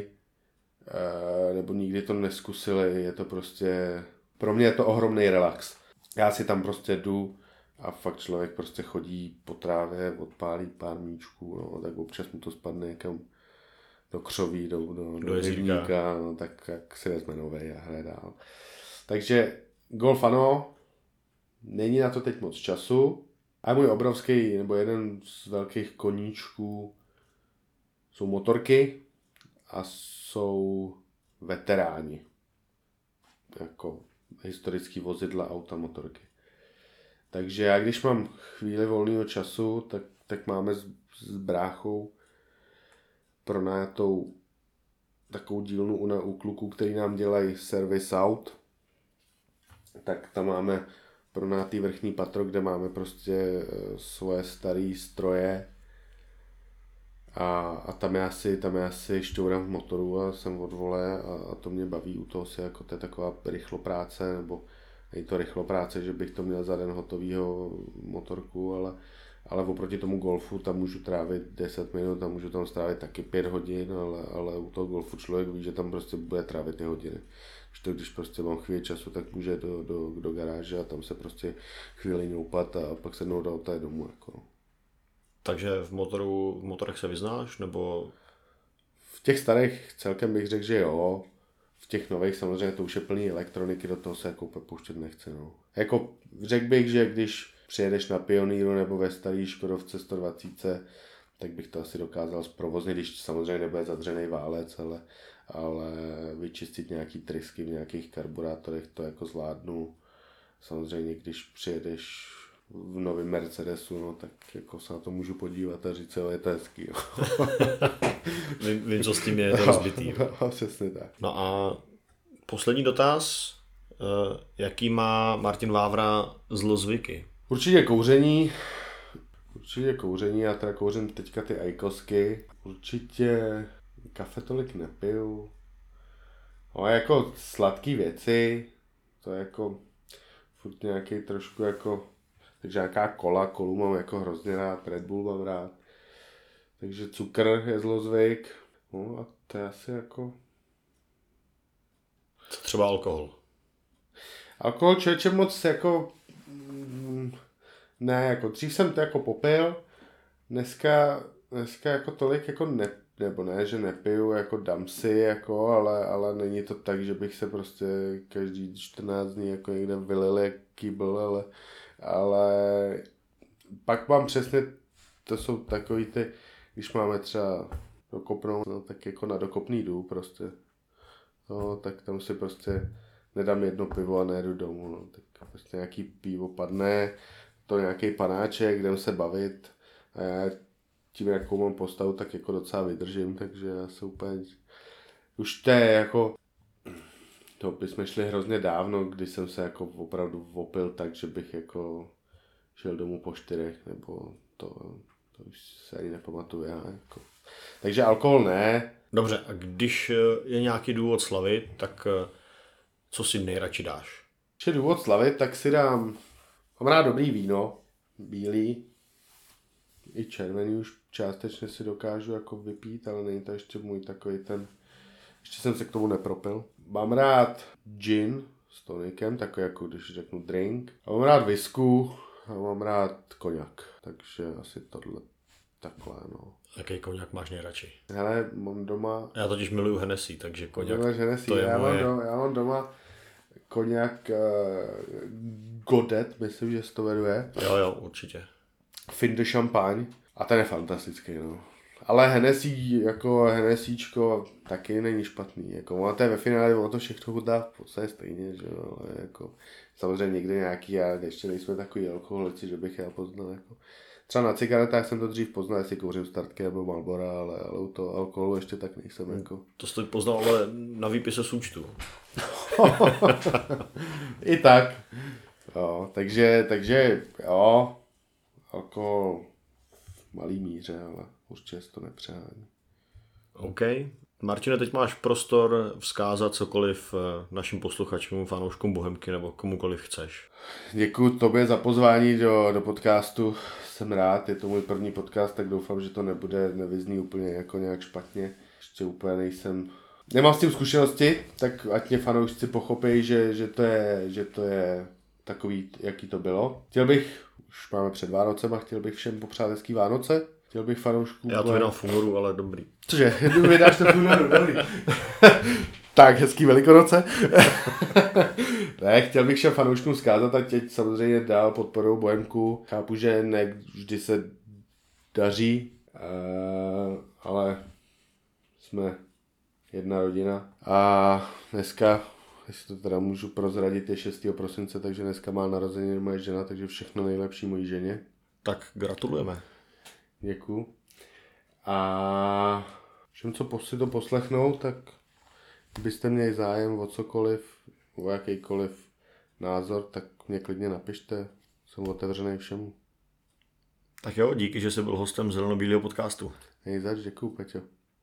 nebo nikdy to neskusili, je to prostě, pro mě je to ohromný relax. Já si tam prostě jdu a fakt člověk prostě chodí po trávě, odpálí pár míčků, no, tak občas mu to spadne někam do křoví, do, do, do rybníka, no, tak jak si vezme novej a hraje dál. Takže golf ano, není na to teď moc času. A můj obrovský, nebo jeden z velkých koníčků jsou motorky a jsou veteráni. Jako historický vozidla, auta, motorky. Takže já když mám chvíli volného času, tak, tak máme s, s bráchou pronajatou takovou dílnu u, u kluků, který nám dělají service aut. Tak tam máme pronajatý vrchní patro, kde máme prostě svoje staré stroje. A, a tam já si, tam já si šťourám v motoru a jsem od vole a, a to mě baví u toho si, jako to je taková rychlopráce, nebo není to rychlopráce, že bych to měl za den hotovýho motorku, ale, ale oproti tomu golfu tam můžu trávit deset minut a můžu tam strávit taky pět hodin, ale, ale u toho golfu člověk ví, že tam prostě bude trávit ty hodiny. Když to, když prostě mám chvíli času, tak může do, do, do garáže a tam se prostě chvíli noupat a pak sednout do auta a domů. Jako. Takže v motoru, v motorech se vyznáš, nebo? V těch starých celkem bych řekl, že jo. V těch nových samozřejmě to už je plný elektroniky, do toho se jako pouštět nechce. No. Jako řekl bych, že když přijedeš na Pioníru nebo ve starý Škodovce sto dvacet, tak bych to asi dokázal zprovoznit, když samozřejmě nebude zadřený válec, ale, ale vyčistit nějaký trysky v nějakých karburátorech, to jako zvládnu. Samozřejmě, když přijedeš v novém Mercedesu, no tak jako se na to můžu podívat a říct, jo, je to hezký. vím, vím, co s tím je, je to rozbitý. No, přesně tak. No a poslední dotaz, jaký má Martin Vávra zlozvyky? Určitě kouření, určitě kouření, já teda kouřím teďka ty ajkosky, určitě kafe tolik nepiju, no jako sladký věci, to je jako furt nějaký trošku jako, takže nějaká kola, kolu mám jako hrozně rád, Red Bull mám rád, takže cukr je zlozvyk, no a to je asi jako... Co třeba alkohol? Alkohol člověče moc jako... Ne, jako dřív jsem to jako popil, dneska, dneska jako tolik jako ne, nebo ne, že nepiju, jako dám si, jako, ale, ale není to tak, že bych se prostě každý čtrnáct dní jako někde vylil jak kýbl, ale, ale pak mám přesně, to jsou takový ty, když máme třeba dokopnout, no, tak jako na dokopný jdu prostě, no, tak tam si prostě nedám jedno pivo a nejedu domů, no, tak prostě nějaký pivo padne, to nějaký panáček, jdem se bavit a já tím, jakou mám postavu, tak jako docela vydržím, takže já se úplně... Už to je jako... To bychom šli hrozně dávno, když jsem se jako opravdu opil tak, že bych jako šel domů po čtyřech, nebo to, to už se ani nepamatuju já. Jako. Takže alkohol ne. Dobře, a když je nějaký důvod slavit, tak co si nejradši dáš? Když je důvod slavit, tak si dám... Mám rád dobrý víno, bílý, i červený už částečně si dokážu jako vypít, ale není to ještě můj takový ten, ještě jsem se k tomu nepropil. Mám rád gin s tonikem, takový jako když řeknu drink. A mám rád whisky a mám rád koněk, takže asi tohle takhle, no. Jaký koněk máš nejradši? Hele, mám doma... Já totiž miluju Hennessy, takže koněk, Hennessy. to je já, moje... mám doma, já mám doma koněk uh, Godet, myslím, že se to jmenuje. Jo, jo, určitě. Fin de Champagne. A ten je fantastický, no. Ale Hennessy, jako Hennessíčko taky není špatný. Jako, ono to je ve finále, ono to všechno chutná v podstatě stejně, že jo. Ale jako, samozřejmě někde nějaký, a ještě nejsme takový alkoholici, že bych já poznal. Jako. Třeba na cigaretách jsem to dřív poznal, jestli kouřím Startky nebo Marlbora, ale, ale u toho alkoholu ještě tak nejsem. Jako. To jsi poznal ale na výpise z účtu. I tak. Jo, takže, takže jo, alkohol v malý míře, ale určitě to nepřehání. OK. Martine, teď máš prostor vzkázat cokoliv našim posluchačům, fanouškům Bohemky nebo komukoliv chceš. Děkuji tobě za pozvání do, do podcastu. Jsem rád, je to můj první podcast, tak doufám, že to nebude, nevyzní úplně jako nějak špatně. Ještě úplně nejsem... Nemám s tím zkušenosti, tak ať mě fanoušci pochopí, že, že, to je, že to je takový, jaký to bylo. Chtěl bych, už máme před Vánocem a chtěl bych všem popřát hezký Vánoce. Chtěl bych fanouškům... Já to vydám v únoru, ale dobrý. Cože, vydáš to v únoru, dobrý. Tak, hezký Velikonoce. Ne, chtěl bych všem fanouškům vzkázat, ať teď samozřejmě dál podporují Bohemku. Chápu, že ne vždy se daří, ale jsme jedna rodina. A dneska, jestli to teda můžu prozradit, je šestého prosince, takže dneska má narozeniny moje žena, takže všechno nejlepší mojí ženě. Tak gratulujeme. Děkuju. A všem, co si to poslechnou, tak byste měli zájem o cokoliv, o jakýkoliv názor, tak mě klidně napište. Jsem otevřený všemu. Tak jo, díky, že jsi byl hostem Zelenobílého podcastu. Nejzač, děkuju, Peťo.